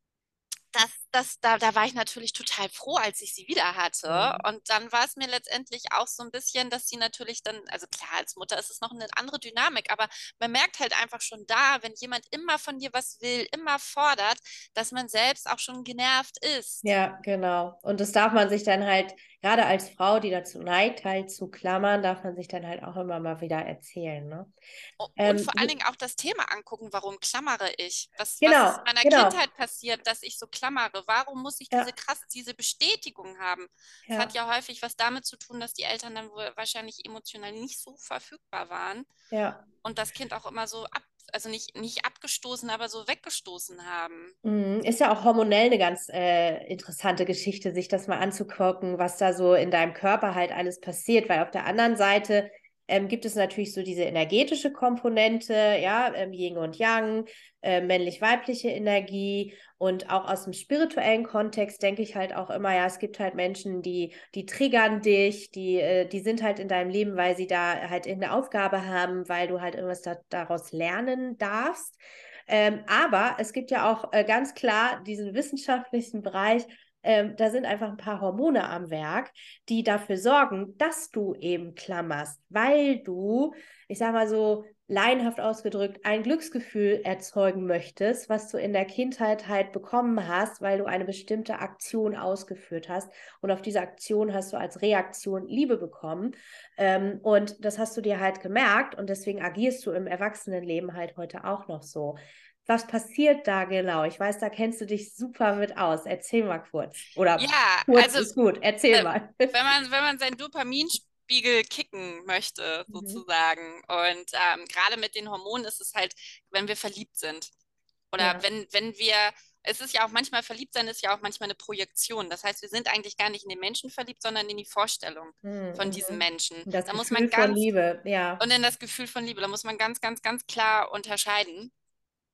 das, das, da, da war ich natürlich total froh, als ich sie wieder hatte. Mhm. Und dann war es mir letztendlich auch so ein bisschen, dass sie natürlich dann, also klar, als Mutter ist es noch eine andere Dynamik, aber man merkt halt einfach schon da, wenn jemand immer von dir was will, immer fordert, dass man selbst auch schon genervt ist. Ja, genau. Und das darf man sich dann halt, gerade als Frau, die dazu neigt, halt zu klammern, darf man sich dann halt auch immer mal wieder erzählen, ne? Und Ähm, vor allen Dingen auch das Thema angucken, warum klammere ich? Was, was ist in genau, meiner genau. Kindheit passiert, dass ich so klammere? Warum muss ich diese Ja, krass, diese Bestätigung haben? Es hat ja, ja häufig was damit zu tun, dass die Eltern dann wohl wahrscheinlich emotional nicht so verfügbar waren ja. und das Kind auch immer so ab, also nicht, nicht abgestoßen, aber so weggestoßen haben. Mhm. Ist ja auch hormonell eine ganz äh, interessante Geschichte, sich das mal anzugucken, was da so in deinem Körper halt alles passiert, weil auf der anderen Seite ähm, gibt es natürlich so diese energetische Komponente, ja, ähm, Yin und Yang, äh, männlich-weibliche Energie und auch aus dem spirituellen Kontext denke ich halt auch immer, ja, es gibt halt Menschen, die, die triggern dich, die, äh, die sind halt in deinem Leben, weil sie da halt irgendeine Aufgabe haben, weil du halt irgendwas da, daraus lernen darfst. Ähm, aber es gibt ja auch äh, ganz klar diesen wissenschaftlichen Bereich, ähm, da sind einfach ein paar Hormone am Werk, die dafür sorgen, dass du eben klammerst, weil du, ich sag mal so laienhaft ausgedrückt, ein Glücksgefühl erzeugen möchtest, was du in der Kindheit halt bekommen hast, weil du eine bestimmte Aktion ausgeführt hast. Und auf diese Aktion hast du als Reaktion Liebe bekommen. Ähm, und das hast du dir halt gemerkt und deswegen agierst du im Erwachsenenleben halt heute auch noch so. Was passiert da genau? Ich weiß, da kennst du dich super mit aus. Erzähl mal kurz. Oder Ja, kurz also ist gut. Erzähl äh, mal. wenn man, wenn man seinen Dopaminspiegel kicken möchte, Mhm. sozusagen. Und ähm, gerade mit den Hormonen ist es halt, wenn wir verliebt sind. Oder Ja. wenn, wenn wir, es ist ja auch manchmal, verliebt sein ist ja auch manchmal eine Projektion. Das heißt, wir sind eigentlich gar nicht in den Menschen verliebt, sondern in die Vorstellung von Mhm. diesem Mhm. Menschen. Das Da muss Gefühl man von ganz, Liebe, ja. und in das Gefühl von Liebe, da muss man ganz, ganz, ganz klar unterscheiden.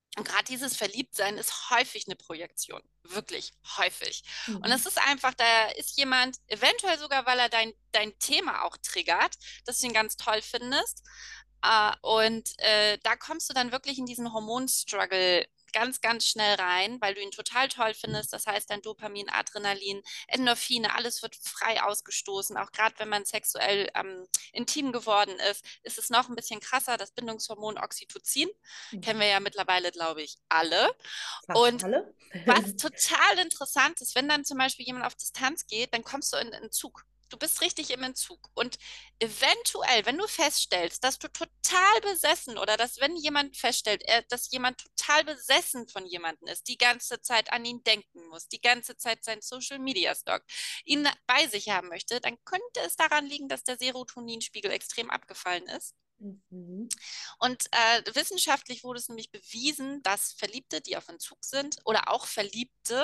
Und gerade dieses Verliebtsein ist häufig eine Projektion, wirklich häufig. Und Mhm. es ist einfach, da ist jemand, eventuell sogar, weil er dein, dein Thema auch triggert, dass du ihn ganz toll findest. Äh, und äh, da kommst du dann wirklich in diesen Hormonstruggle ganz, ganz schnell rein, weil du ihn total toll findest. Das heißt, dein Dopamin, Adrenalin, Endorphine, alles wird frei ausgestoßen. Auch gerade wenn man sexuell ähm, intim geworden ist, ist es noch ein bisschen krasser. Das Bindungshormon Oxytocin kennen wir Mhm. ja mittlerweile, glaube ich, alle. Fast Und alle. was total interessant ist, wenn dann zum Beispiel jemand auf Distanz geht, dann kommst du in Entzug. Du bist richtig im Entzug. Und eventuell, wenn du feststellst, dass du total besessen oder dass wenn jemand feststellt, er, dass jemand total besessen von jemandem ist, die ganze Zeit an ihn denken muss, die ganze Zeit sein Social Media stalkt, ihn bei sich haben möchte, dann könnte es daran liegen, dass der Serotoninspiegel extrem abgefallen ist. Mhm. Und äh, wissenschaftlich wurde es nämlich bewiesen, dass Verliebte, die auf Entzug sind oder auch Verliebte,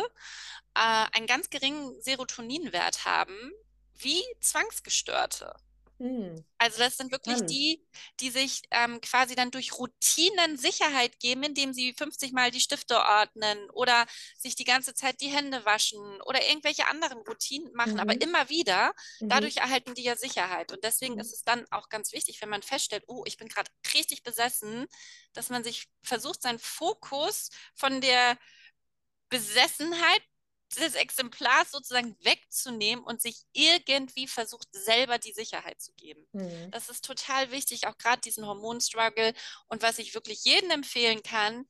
äh, einen ganz geringen Serotoninwert haben, wie Zwangsgestörte. Mhm. Also das sind wirklich Spannend. die, die sich ähm, quasi dann durch Routinen Sicherheit geben, indem sie fünfzig Mal die Stifte ordnen oder sich die ganze Zeit die Hände waschen oder irgendwelche anderen Routinen machen, aber Mhm. immer wieder. Mhm. Dadurch erhalten die ja Sicherheit. Und deswegen Mhm. ist es dann auch ganz wichtig, wenn man feststellt, oh, ich bin gerade richtig besessen, dass man sich versucht, seinen Fokus von der Besessenheit des Exemplars sozusagen wegzunehmen und sich irgendwie versucht, selber die Sicherheit zu geben. Mhm. Das ist total wichtig, auch gerade diesen Hormonstruggle. Und was ich wirklich jedem empfehlen kann,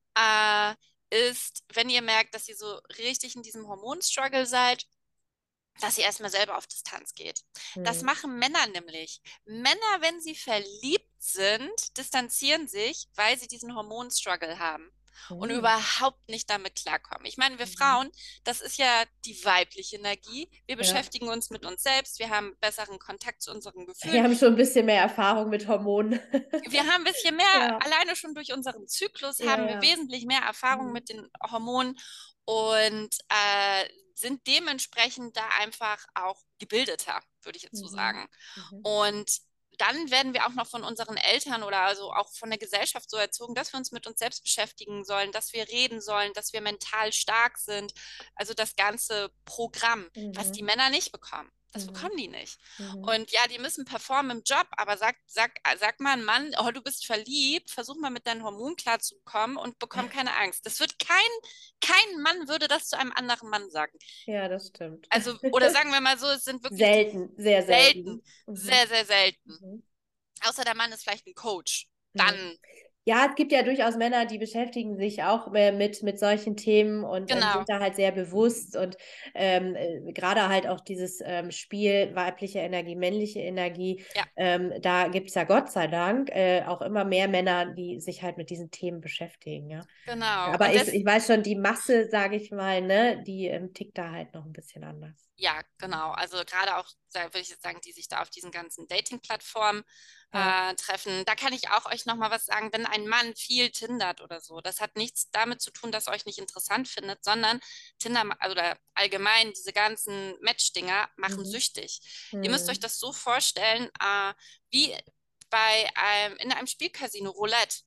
äh, ist, wenn ihr merkt, dass ihr so richtig in diesem Hormonstruggle seid, dass ihr erstmal selber auf Distanz geht. Das Mhm. machen Männer nämlich. Männer, wenn sie verliebt sind, distanzieren sich, weil sie diesen Hormonstruggle haben und Mhm. überhaupt nicht damit klarkommen. Ich meine, wir Mhm. Frauen, das ist ja die weibliche Energie. Wir Ja. beschäftigen uns mit uns selbst, wir haben besseren Kontakt zu unseren Wir Gefühlen. haben schon ein bisschen mehr Erfahrung mit Hormonen. Wir haben ein bisschen mehr, Ja, alleine schon durch unseren Zyklus ja, haben wir ja. wesentlich mehr Erfahrung Mhm. mit den Hormonen und äh, sind dementsprechend da einfach auch gebildeter, würde ich jetzt so Mhm. sagen. Mhm. Und dann werden wir auch noch von unseren Eltern oder also auch von der Gesellschaft so erzogen, dass wir uns mit uns selbst beschäftigen sollen, dass wir reden sollen, dass wir mental stark sind. Also das ganze Programm, was die Mhm. Männer nicht bekommen. Das Mhm. bekommen die nicht. Mhm. Und ja, die müssen performen im Job, aber sag, sag, sag mal ein Mann, oh, du bist verliebt, versuch mal mit deinen Hormonen klarzukommen und bekomm keine Angst. Das wird kein, kein Mann würde das zu einem anderen Mann sagen. Ja, das stimmt. Also, oder sagen wir mal so, es sind wirklich die Selten, sehr selten, selten. sehr, Mhm. sehr selten. Mhm. Außer der Mann ist vielleicht ein Coach. Mhm. Dann, Ja, es gibt ja durchaus Männer, die beschäftigen sich auch mehr mit, mit solchen Themen und ähm, genau, sind da halt sehr bewusst und ähm, äh, gerade halt auch dieses ähm, Spiel weibliche Energie, männliche Energie, ja, ähm, da gibt es ja Gott sei Dank äh, auch immer mehr Männer, die sich halt mit diesen Themen beschäftigen, ja. genau. Aber Und ich, das, ich weiß schon, die Masse, sage ich mal, ne, die ähm, tickt da halt noch ein bisschen anders. ja, genau. Also gerade auch, da würde ich jetzt sagen, die sich da auf diesen ganzen Dating-Plattformen Ja. äh, treffen. Da kann ich auch euch noch mal was sagen. Wenn ein Mann viel tindert oder so, das hat nichts damit zu tun, dass er euch nicht interessant findet, sondern Tinder also oder allgemein diese ganzen Match-Dinger machen Mhm. süchtig. Ihr müsst euch Mhm. das so vorstellen, äh, wie bei einem, in einem Spielcasino Roulette.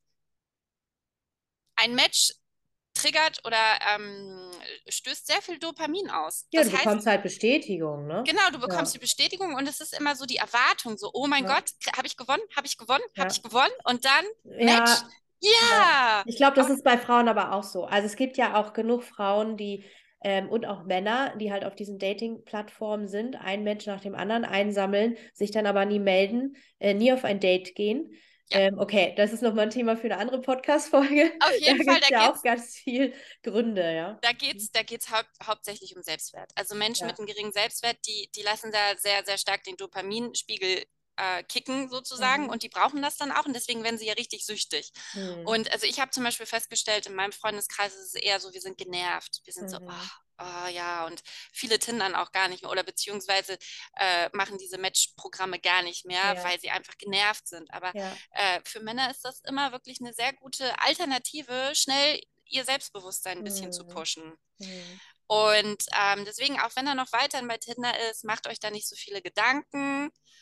Ein Match triggert oder ähm, stößt sehr viel Dopamin aus. Ja, du Das heißt, bekommst halt Bestätigung, ne? genau, du bekommst Ja. die Bestätigung und es ist immer so die Erwartung, so, oh mein Ja. Gott, habe ich gewonnen, habe ich gewonnen, habe ich Ja. gewonnen und dann Match. Ja, ja. Ja, Ich glaube, das auch, ist bei Frauen aber auch so. Also es gibt ja auch genug Frauen, die ähm, und auch Männer, die halt auf diesen Dating-Plattformen sind, ein Mensch nach dem anderen einsammeln, sich dann aber nie melden, äh, nie auf ein Date gehen. ja, Ähm, okay, das ist nochmal ein Thema für eine andere Podcast-Folge. auf Da jeden Fall, gibt es da ja auch geht's, ganz viel Gründe, ja. da geht's, da geht's hau hauptsächlich um Selbstwert. Also Menschen mit Ja. einem geringen Selbstwert, die, die lassen da sehr, sehr stark den Dopaminspiegel äh, kicken sozusagen Mhm. und die brauchen das dann auch und deswegen werden sie ja richtig süchtig. Mhm. Und also ich habe zum Beispiel festgestellt, in meinem Freundeskreis ist es eher so, wir sind genervt. Wir sind so, Mhm. oh, oh ja, und viele tindern auch gar nicht mehr oder beziehungsweise äh, machen diese Match-Programme gar nicht mehr, Ja, weil sie einfach genervt sind. Aber ja. äh, für Männer ist das immer wirklich eine sehr gute Alternative, schnell ihr Selbstbewusstsein ein bisschen zu Mhm. pushen. Mhm. Und ähm, deswegen, auch wenn er noch weiterhin bei Tinder ist, macht euch da nicht so viele Gedanken.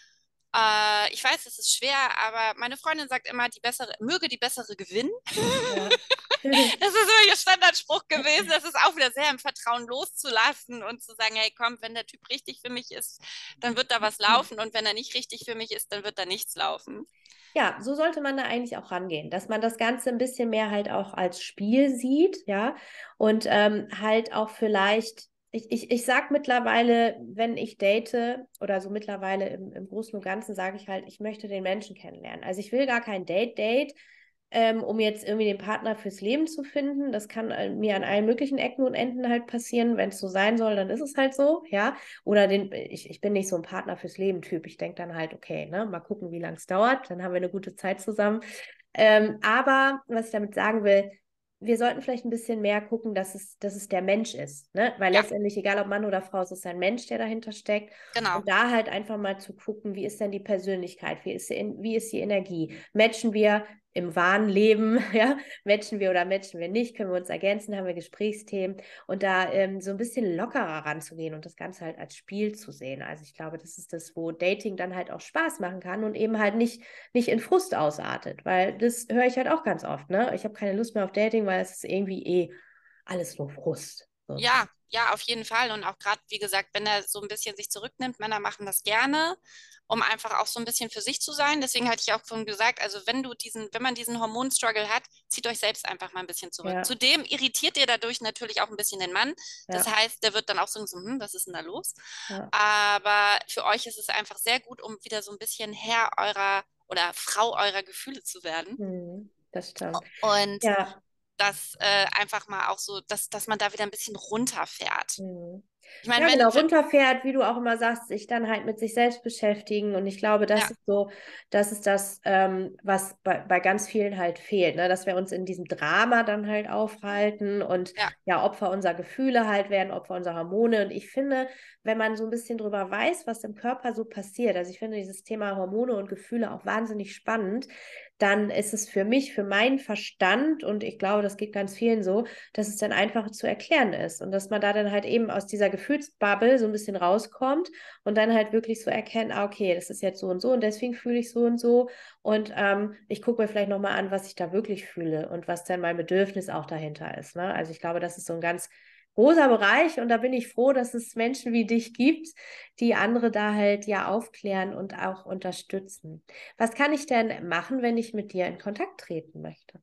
Äh, ich weiß, es ist schwer, aber meine Freundin sagt immer, die bessere, möge die bessere gewinnen. Ja. Das ist so ihr Standardspruch gewesen. Das ist auch wieder sehr im Vertrauen loszulassen und zu sagen, hey, komm, wenn der Typ richtig für mich ist, dann wird da was laufen und wenn er nicht richtig für mich ist, dann wird da nichts laufen. Ja, so sollte man da eigentlich auch rangehen, dass man das Ganze ein bisschen mehr halt auch als Spiel sieht, ja, und ähm, halt auch vielleicht, ich, ich, ich sag mittlerweile, wenn ich date oder so mittlerweile im, im Großen und Ganzen, sage ich halt, ich möchte den Menschen kennenlernen. Also ich will gar kein Date-Date, ähm, um jetzt irgendwie den Partner fürs Leben zu finden. Das kann äh, mir an allen möglichen Ecken und Enden halt passieren. Wenn es so sein soll, dann ist es halt so, ja. Oder den, ich, ich bin nicht so ein Partner fürs Leben-Typ. Ich denke dann halt, okay, ne, mal gucken, wie lange es dauert. Dann haben wir eine gute Zeit zusammen. Ähm, aber was ich damit sagen will, wir sollten vielleicht ein bisschen mehr gucken, dass es, dass es der Mensch ist. Ne? Weil Ja, letztendlich, egal ob Mann oder Frau, es ist ein Mensch, der dahinter steckt. genau. Und da halt einfach mal zu gucken, wie ist denn die Persönlichkeit, wie ist die, wie ist die Energie? Matchen wir im wahren Leben, ja, matchen wir oder matchen wir nicht, können wir uns ergänzen, haben wir Gesprächsthemen und da ähm, so ein bisschen lockerer ranzugehen und das Ganze halt als Spiel zu sehen. Also ich glaube, das ist das, wo Dating dann halt auch Spaß machen kann und eben halt nicht, nicht in Frust ausartet, weil das höre ich halt auch ganz oft, ne? Ich habe keine Lust mehr auf Dating, weil es ist irgendwie eh alles nur Frust. So. Ja, ja, auf jeden Fall. Und auch gerade, wie gesagt, wenn er so ein bisschen sich zurücknimmt, Männer machen das gerne, um einfach auch so ein bisschen für sich zu sein. Deswegen hatte ich auch schon gesagt, also wenn du diesen, wenn man diesen Hormonstruggle hat, zieht euch selbst einfach mal ein bisschen zurück. Ja, Zudem irritiert ihr dadurch natürlich auch ein bisschen den Mann. Das ja, heißt, der wird dann auch so, so hm, was ist denn da los? ja. Aber für euch ist es einfach sehr gut, um wieder so ein bisschen Herr eurer oder Frau eurer Gefühle zu werden. Hm, das stimmt. Und Ja. das äh, einfach mal auch so, dass, dass man da wieder ein bisschen runterfährt. Hm. Ich meine, Ja, genau, wenn, wenn runterfährt, wie du auch immer sagst, sich dann halt mit sich selbst beschäftigen. Und ich glaube, ja, das ist so, das ist das, ähm, was bei, bei ganz vielen halt fehlt, ne? Dass wir uns in diesem Drama dann halt aufhalten und ja, ja, Opfer unserer Gefühle halt werden, Opfer unserer Hormone. Und ich finde, wenn man so ein bisschen drüber weiß, was im Körper so passiert, also ich finde dieses Thema Hormone und Gefühle auch wahnsinnig spannend, dann ist es für mich, für meinen Verstand, und ich glaube, das geht ganz vielen so, dass es dann einfach zu erklären ist und dass man da dann halt eben aus dieser Gefühlsbubble so ein bisschen rauskommt und dann halt wirklich so erkennt, ah, okay, das ist jetzt so und so und deswegen fühle ich so und so und ähm, ich gucke mir vielleicht nochmal an, was ich da wirklich fühle und was dann mein Bedürfnis auch dahinter ist. Ne? Also ich glaube, das ist so ein ganz großer Bereich und da bin ich froh, dass es Menschen wie dich gibt, die andere da halt ja aufklären und auch unterstützen. Was kann ich denn machen, wenn ich mit dir in Kontakt treten möchte?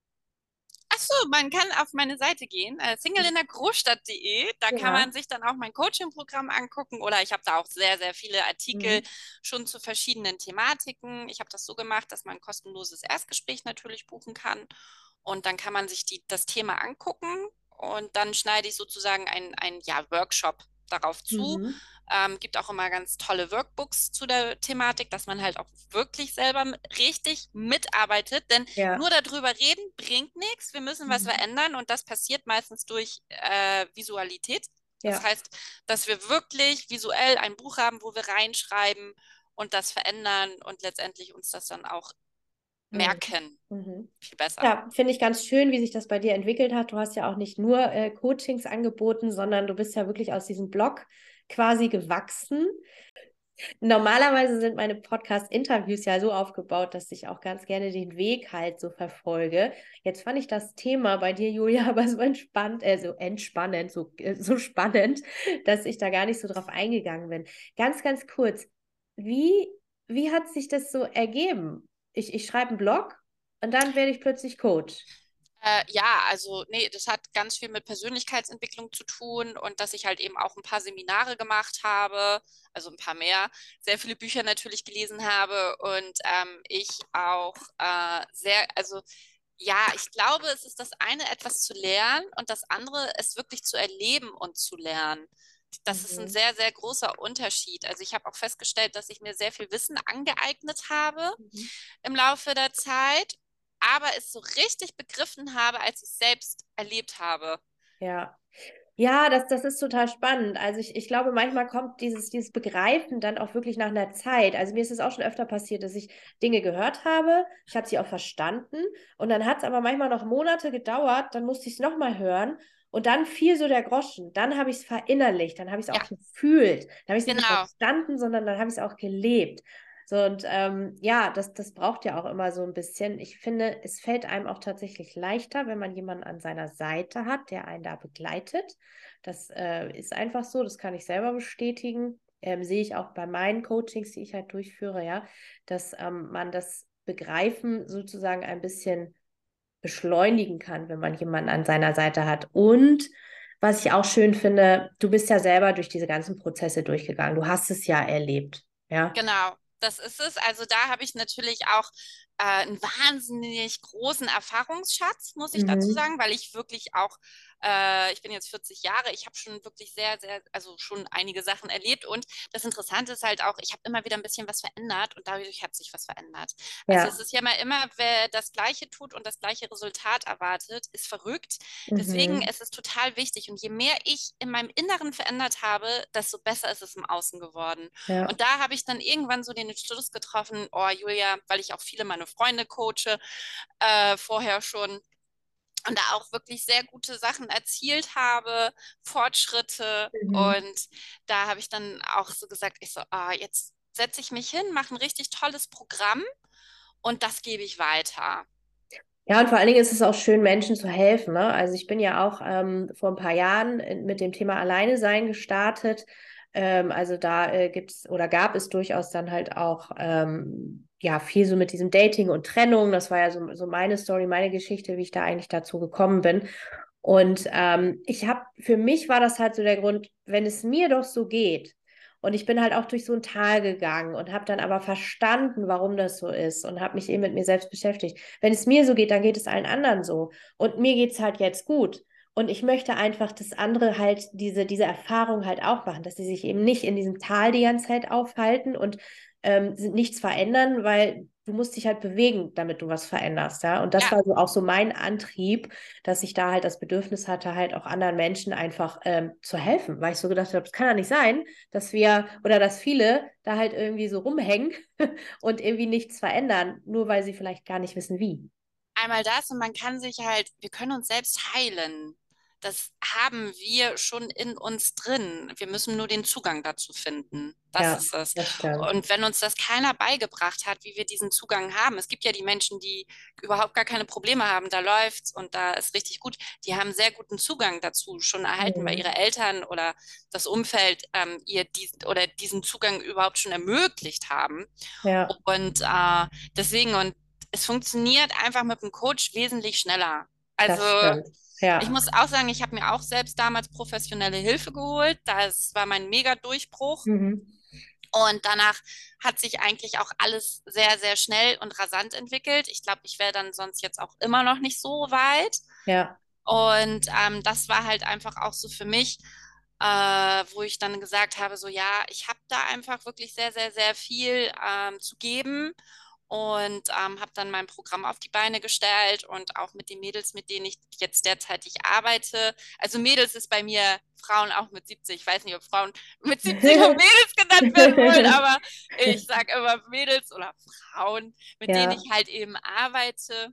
ach so, man kann auf meine Seite gehen, äh, single in der Großstadt punkt de. Da kann Ja. man sich dann auch mein Coaching-Programm angucken oder ich habe da auch sehr, sehr viele Artikel Mhm. schon zu verschiedenen Thematiken. Ich habe das so gemacht, dass man ein kostenloses Erstgespräch natürlich buchen kann und dann kann man sich die, das Thema angucken und dann schneide ich sozusagen einen, einen ja, Workshop darauf zu. Mhm. Ähm, gibt auch immer ganz tolle Workbooks zu der Thematik, dass man halt auch wirklich selber m- richtig mitarbeitet. Denn nur Ja. darüber reden bringt nichts. Wir müssen was Mhm. verändern und das passiert meistens durch äh, Visualität. Das Ja. heißt, dass wir wirklich visuell ein Buch haben, wo wir reinschreiben und das verändern und letztendlich uns das dann auch Mhm. merken. Mhm. Viel besser. Ja, finde ich ganz schön, wie sich das bei dir entwickelt hat. Du hast ja auch nicht nur äh, Coachings angeboten, sondern du bist ja wirklich aus diesem Blog quasi gewachsen. Normalerweise sind meine Podcast-Interviews ja so aufgebaut, dass ich auch ganz gerne den Weg halt so verfolge. Jetzt fand ich das Thema bei dir, Julia, aber so entspannt, äh, so entspannend, so, äh, so spannend, dass ich da gar nicht so drauf eingegangen bin. Ganz, ganz kurz, wie, wie hat sich das so ergeben? Ich, ich schreibe einen Blog und dann werde ich plötzlich Coach. Äh, ja, also nee, das hat ganz viel mit Persönlichkeitsentwicklung zu tun und dass ich halt eben auch ein paar Seminare gemacht habe, also ein paar mehr, sehr viele Bücher natürlich gelesen habe und ähm, ich auch äh, sehr, also ja, ich glaube, es ist das eine, etwas zu lernen und das andere, es wirklich zu erleben und zu lernen. Das ist ein Mhm. sehr, sehr großer Unterschied. Also ich habe auch festgestellt, dass ich mir sehr viel Wissen angeeignet habe Mhm. im Laufe der Zeit, aber es so richtig begriffen habe, als ich es selbst erlebt habe. Ja. Ja, das, das ist total spannend. Also ich, ich glaube, manchmal kommt dieses, dieses Begreifen dann auch wirklich nach einer Zeit. Also mir ist es auch schon öfter passiert, dass ich Dinge gehört habe, ich habe sie auch verstanden und dann hat es aber manchmal noch Monate gedauert, dann musste ich es nochmal hören und dann fiel so der Groschen. Dann habe ich es verinnerlicht, dann habe ich es Ja, auch gefühlt. Dann habe ich es nicht nur genau. verstanden, sondern dann habe ich es auch gelebt. So, und ähm, ja, das, das braucht ja auch immer so ein bisschen. Ich finde, es fällt einem auch tatsächlich leichter, wenn man jemanden an seiner Seite hat, der einen da begleitet. Das äh, ist einfach so, das kann ich selber bestätigen. Ähm, sehe ich auch bei meinen Coachings, die ich halt durchführe, ja, dass ähm, man das Begreifen sozusagen ein bisschen beschleunigen kann, wenn man jemanden an seiner Seite hat. Und was ich auch schön finde, du bist ja selber durch diese ganzen Prozesse durchgegangen. Du hast es ja erlebt, ja. Genau, das ist es. Also da habe ich natürlich auch äh, einen wahnsinnig großen Erfahrungsschatz, muss ich dazu Mhm. sagen, weil ich wirklich auch, äh, ich bin jetzt vierzig Jahre, ich habe schon wirklich sehr, sehr, also schon einige Sachen erlebt. Und das Interessante ist halt auch, ich habe immer wieder ein bisschen was verändert und dadurch hat sich was verändert. Also es Ja. ist ja mal immer, wer das Gleiche tut und das gleiche Resultat erwartet, ist verrückt. Deswegen Mhm. ist es total wichtig. Und je mehr ich in meinem Inneren verändert habe, desto besser ist es im Außen geworden. Ja. Und da habe ich dann irgendwann so den Entschluss getroffen, oh Julia, weil ich auch viele meine Freunde coache, äh, vorher schon und da auch wirklich sehr gute Sachen erzielt habe, Fortschritte. Mhm. Und da habe ich dann auch so gesagt, ich so, ah, jetzt setze ich mich hin, mache ein richtig tolles Programm und das gebe ich weiter. Ja, und vor allen Dingen ist es auch schön, Menschen zu helfen, ne? Also ich bin ja auch ähm, vor ein paar Jahren in- mit dem Thema Alleine sein gestartet. Ähm, also da äh, gibt's oder gab es durchaus dann halt auch ähm, ja viel so mit diesem Dating und Trennung. Das war ja so, so meine Story, meine Geschichte, wie ich da eigentlich dazu gekommen bin. Und ähm, ich habe, für mich war das halt so der Grund, wenn es mir doch so geht, und ich bin halt auch durch so ein Tal gegangen und habe dann aber verstanden, warum das so ist und habe mich eben mit mir selbst beschäftigt. Wenn es mir so geht, dann geht es allen anderen so. Und mir geht es halt jetzt gut. Und ich möchte einfach, dass andere halt diese, diese Erfahrung halt auch machen, dass sie sich eben nicht in diesem Tal die ganze Zeit aufhalten und ähm, nichts verändern, weil du musst dich halt bewegen, damit du was veränderst, ja. Und das Ja, war so auch so mein Antrieb, dass ich da halt das Bedürfnis hatte, halt auch anderen Menschen einfach ähm, zu helfen, weil ich so gedacht habe, das kann ja nicht sein, dass wir oder dass viele da halt irgendwie so rumhängen und irgendwie nichts verändern, nur weil sie vielleicht gar nicht wissen, wie. einmal das und man kann sich halt, wir können uns selbst heilen. Das haben wir schon in uns drin. Wir müssen nur den Zugang dazu finden. Das Ja, ist es. das stimmt. Und wenn uns das keiner beigebracht hat, wie wir diesen Zugang haben, es gibt ja die Menschen, die überhaupt gar keine Probleme haben, da läuft's und da ist richtig gut. Die haben sehr guten Zugang dazu schon erhalten, weil Mhm. ihre Eltern oder das Umfeld ähm, ihr diesen oder diesen Zugang überhaupt schon ermöglicht haben. Ja, Und äh, deswegen, und es funktioniert einfach mit dem Coach wesentlich schneller. Also das stimmt. ich Ja. muss auch sagen, ich habe mir auch selbst damals professionelle Hilfe geholt. Das war mein Mega-Durchbruch. Mhm. Und danach hat sich eigentlich auch alles sehr, sehr schnell und rasant entwickelt. Ich glaube, ich wäre dann sonst jetzt auch immer noch nicht so weit. Ja, Und ähm, das war halt einfach auch so für mich, äh, wo ich dann gesagt habe, so ja, ich habe da einfach wirklich sehr, sehr, sehr viel ähm, zu geben und ähm, habe dann mein Programm auf die Beine gestellt und auch mit den Mädels, mit denen ich jetzt derzeitig arbeite. Also Mädels ist bei mir Frauen auch mit siebzig. Ich weiß nicht, ob Frauen mit siebzig auch Mädels genannt werden wollen, aber ich sage immer Mädels oder Frauen, mit denen ja, ich halt eben arbeite,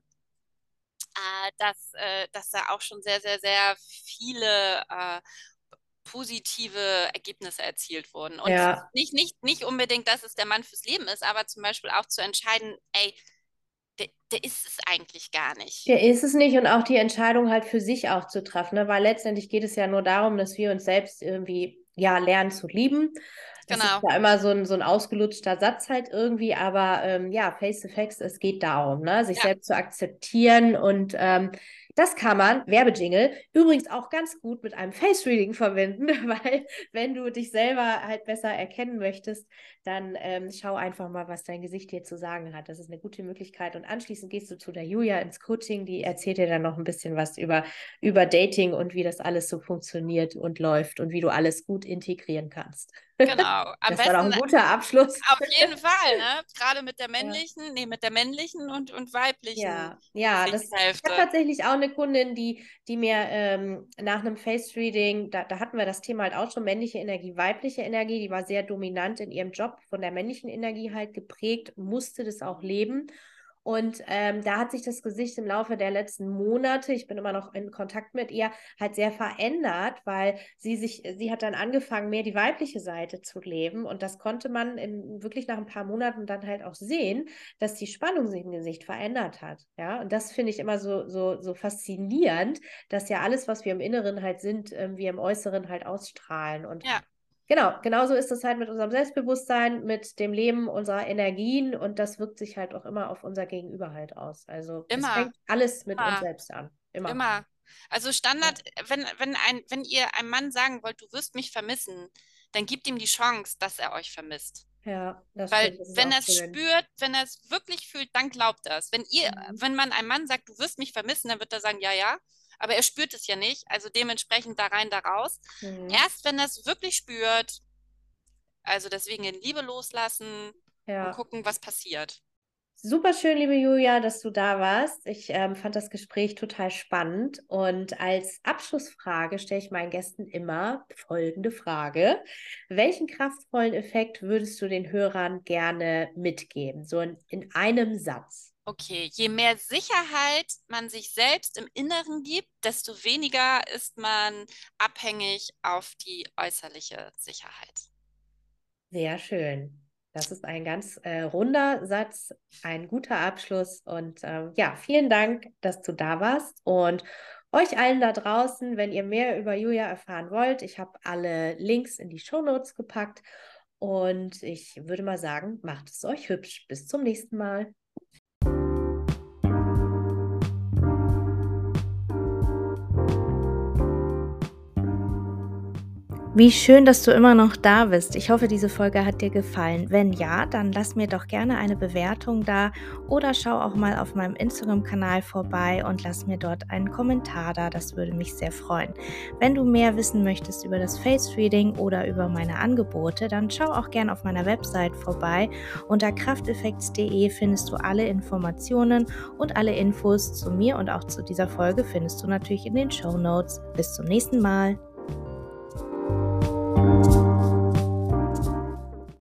äh, dass, äh, dass da auch schon sehr, sehr, sehr viele äh, positive Ergebnisse erzielt wurden. Und ja. nicht, nicht, nicht unbedingt, dass es der Mann fürs Leben ist, aber zum Beispiel auch zu entscheiden, ey, der, der ist es eigentlich gar nicht. Der ist es nicht und auch die Entscheidung halt für sich auch zu treffen, ne? Weil letztendlich geht es ja nur darum, dass wir uns selbst irgendwie ja lernen zu lieben. Das ist Genau. ja immer so ein, so ein ausgelutschter Satz halt irgendwie, aber ähm, ja, face to face, es geht darum, ne? Sich Ja, selbst zu akzeptieren und ähm, das kann man, Werbejingle, übrigens auch ganz gut mit einem Face-Reading verwenden, weil wenn du dich selber halt besser erkennen möchtest, dann ähm, schau einfach mal, was dein Gesicht dir zu sagen hat. Das ist eine gute Möglichkeit. Und anschließend gehst du zu der Julia ins Coaching, die erzählt dir dann noch ein bisschen was über, über Dating und wie das alles so funktioniert und läuft und wie du alles gut integrieren kannst. genau. Am Das war doch besten ein guter Abschluss. auf jeden Fall, ne? Gerade mit der Ja. männlichen, nee, mit der männlichen und, und weiblichen Ja, ja, das, ich habe Gesichtshälfte. tatsächlich auch eine Kundin, die, die mir ähm, nach einem Face-Reading, da, da hatten wir das Thema halt auch schon, männliche Energie, weibliche Energie, die war sehr dominant in ihrem Job, von der männlichen Energie halt geprägt, musste das auch leben. Und ähm, da hat sich das Gesicht im Laufe der letzten Monate, ich bin immer noch in Kontakt mit ihr, halt sehr verändert, weil sie sich, sie hat dann angefangen, mehr die weibliche Seite zu leben. Und das konnte man in, wirklich nach ein paar Monaten dann halt auch sehen, dass die Spannung sich im Gesicht verändert hat. Ja, und das finde ich immer so, so, so faszinierend, dass ja alles, was wir im Inneren halt sind, ähm, wir im Äußeren halt ausstrahlen. Und Ja. genau, genauso ist es halt mit unserem Selbstbewusstsein, mit dem Leben unserer Energien und das wirkt sich halt auch immer auf unser Gegenüber halt aus. Also es Immer, fängt alles mit uns immer, selbst an. Immer. immer. Also Ja, Standard, wenn, wenn ein, wenn ihr einem Mann sagen wollt, du wirst mich vermissen, dann gebt ihm die Chance, dass er euch vermisst. ja, das Weil stimmt, das ist wenn auch er es schön. spürt, wenn er es wirklich fühlt, dann glaubt er es. Wenn ihr, Mhm. wenn man einem Mann sagt, du wirst mich vermissen, dann wird er sagen, ja, ja. Aber er spürt es ja nicht. Also dementsprechend da rein, da raus. Mhm. Erst wenn er es wirklich spürt, also deswegen in Liebe loslassen und Ja. gucken, was passiert. Super schön, liebe Julia, dass du da warst. Ich ähm, fand das Gespräch total spannend. Und als Abschlussfrage stelle ich meinen Gästen immer folgende Frage. Welchen kraftvollen Effekt würdest du den Hörern gerne mitgeben? So in, in einem Satz. Okay, je mehr Sicherheit man sich selbst im Inneren gibt, desto weniger ist man abhängig auf die äußerliche Sicherheit. Sehr schön. Das ist ein ganz äh, runder Satz, ein guter Abschluss. Und ähm, ja, vielen Dank, dass du da warst. Und euch allen da draußen, wenn ihr mehr über Julia erfahren wollt, ich habe alle Links in die Shownotes gepackt. Und ich würde mal sagen, macht es euch hübsch. Bis zum nächsten Mal. Wie schön, dass du immer noch da bist. Ich hoffe, diese Folge hat dir gefallen. Wenn ja, dann lass mir doch gerne eine Bewertung da oder schau auch mal auf meinem Instagram-Kanal vorbei und lass mir dort einen Kommentar da. Das würde mich sehr freuen. Wenn du mehr wissen möchtest über das Face Reading oder über meine Angebote, dann schau auch gerne auf meiner Website vorbei. Unter krafteffekts punkt de findest du alle Informationen und alle Infos zu mir und auch zu dieser Folge findest du natürlich in den Shownotes. Bis zum nächsten Mal.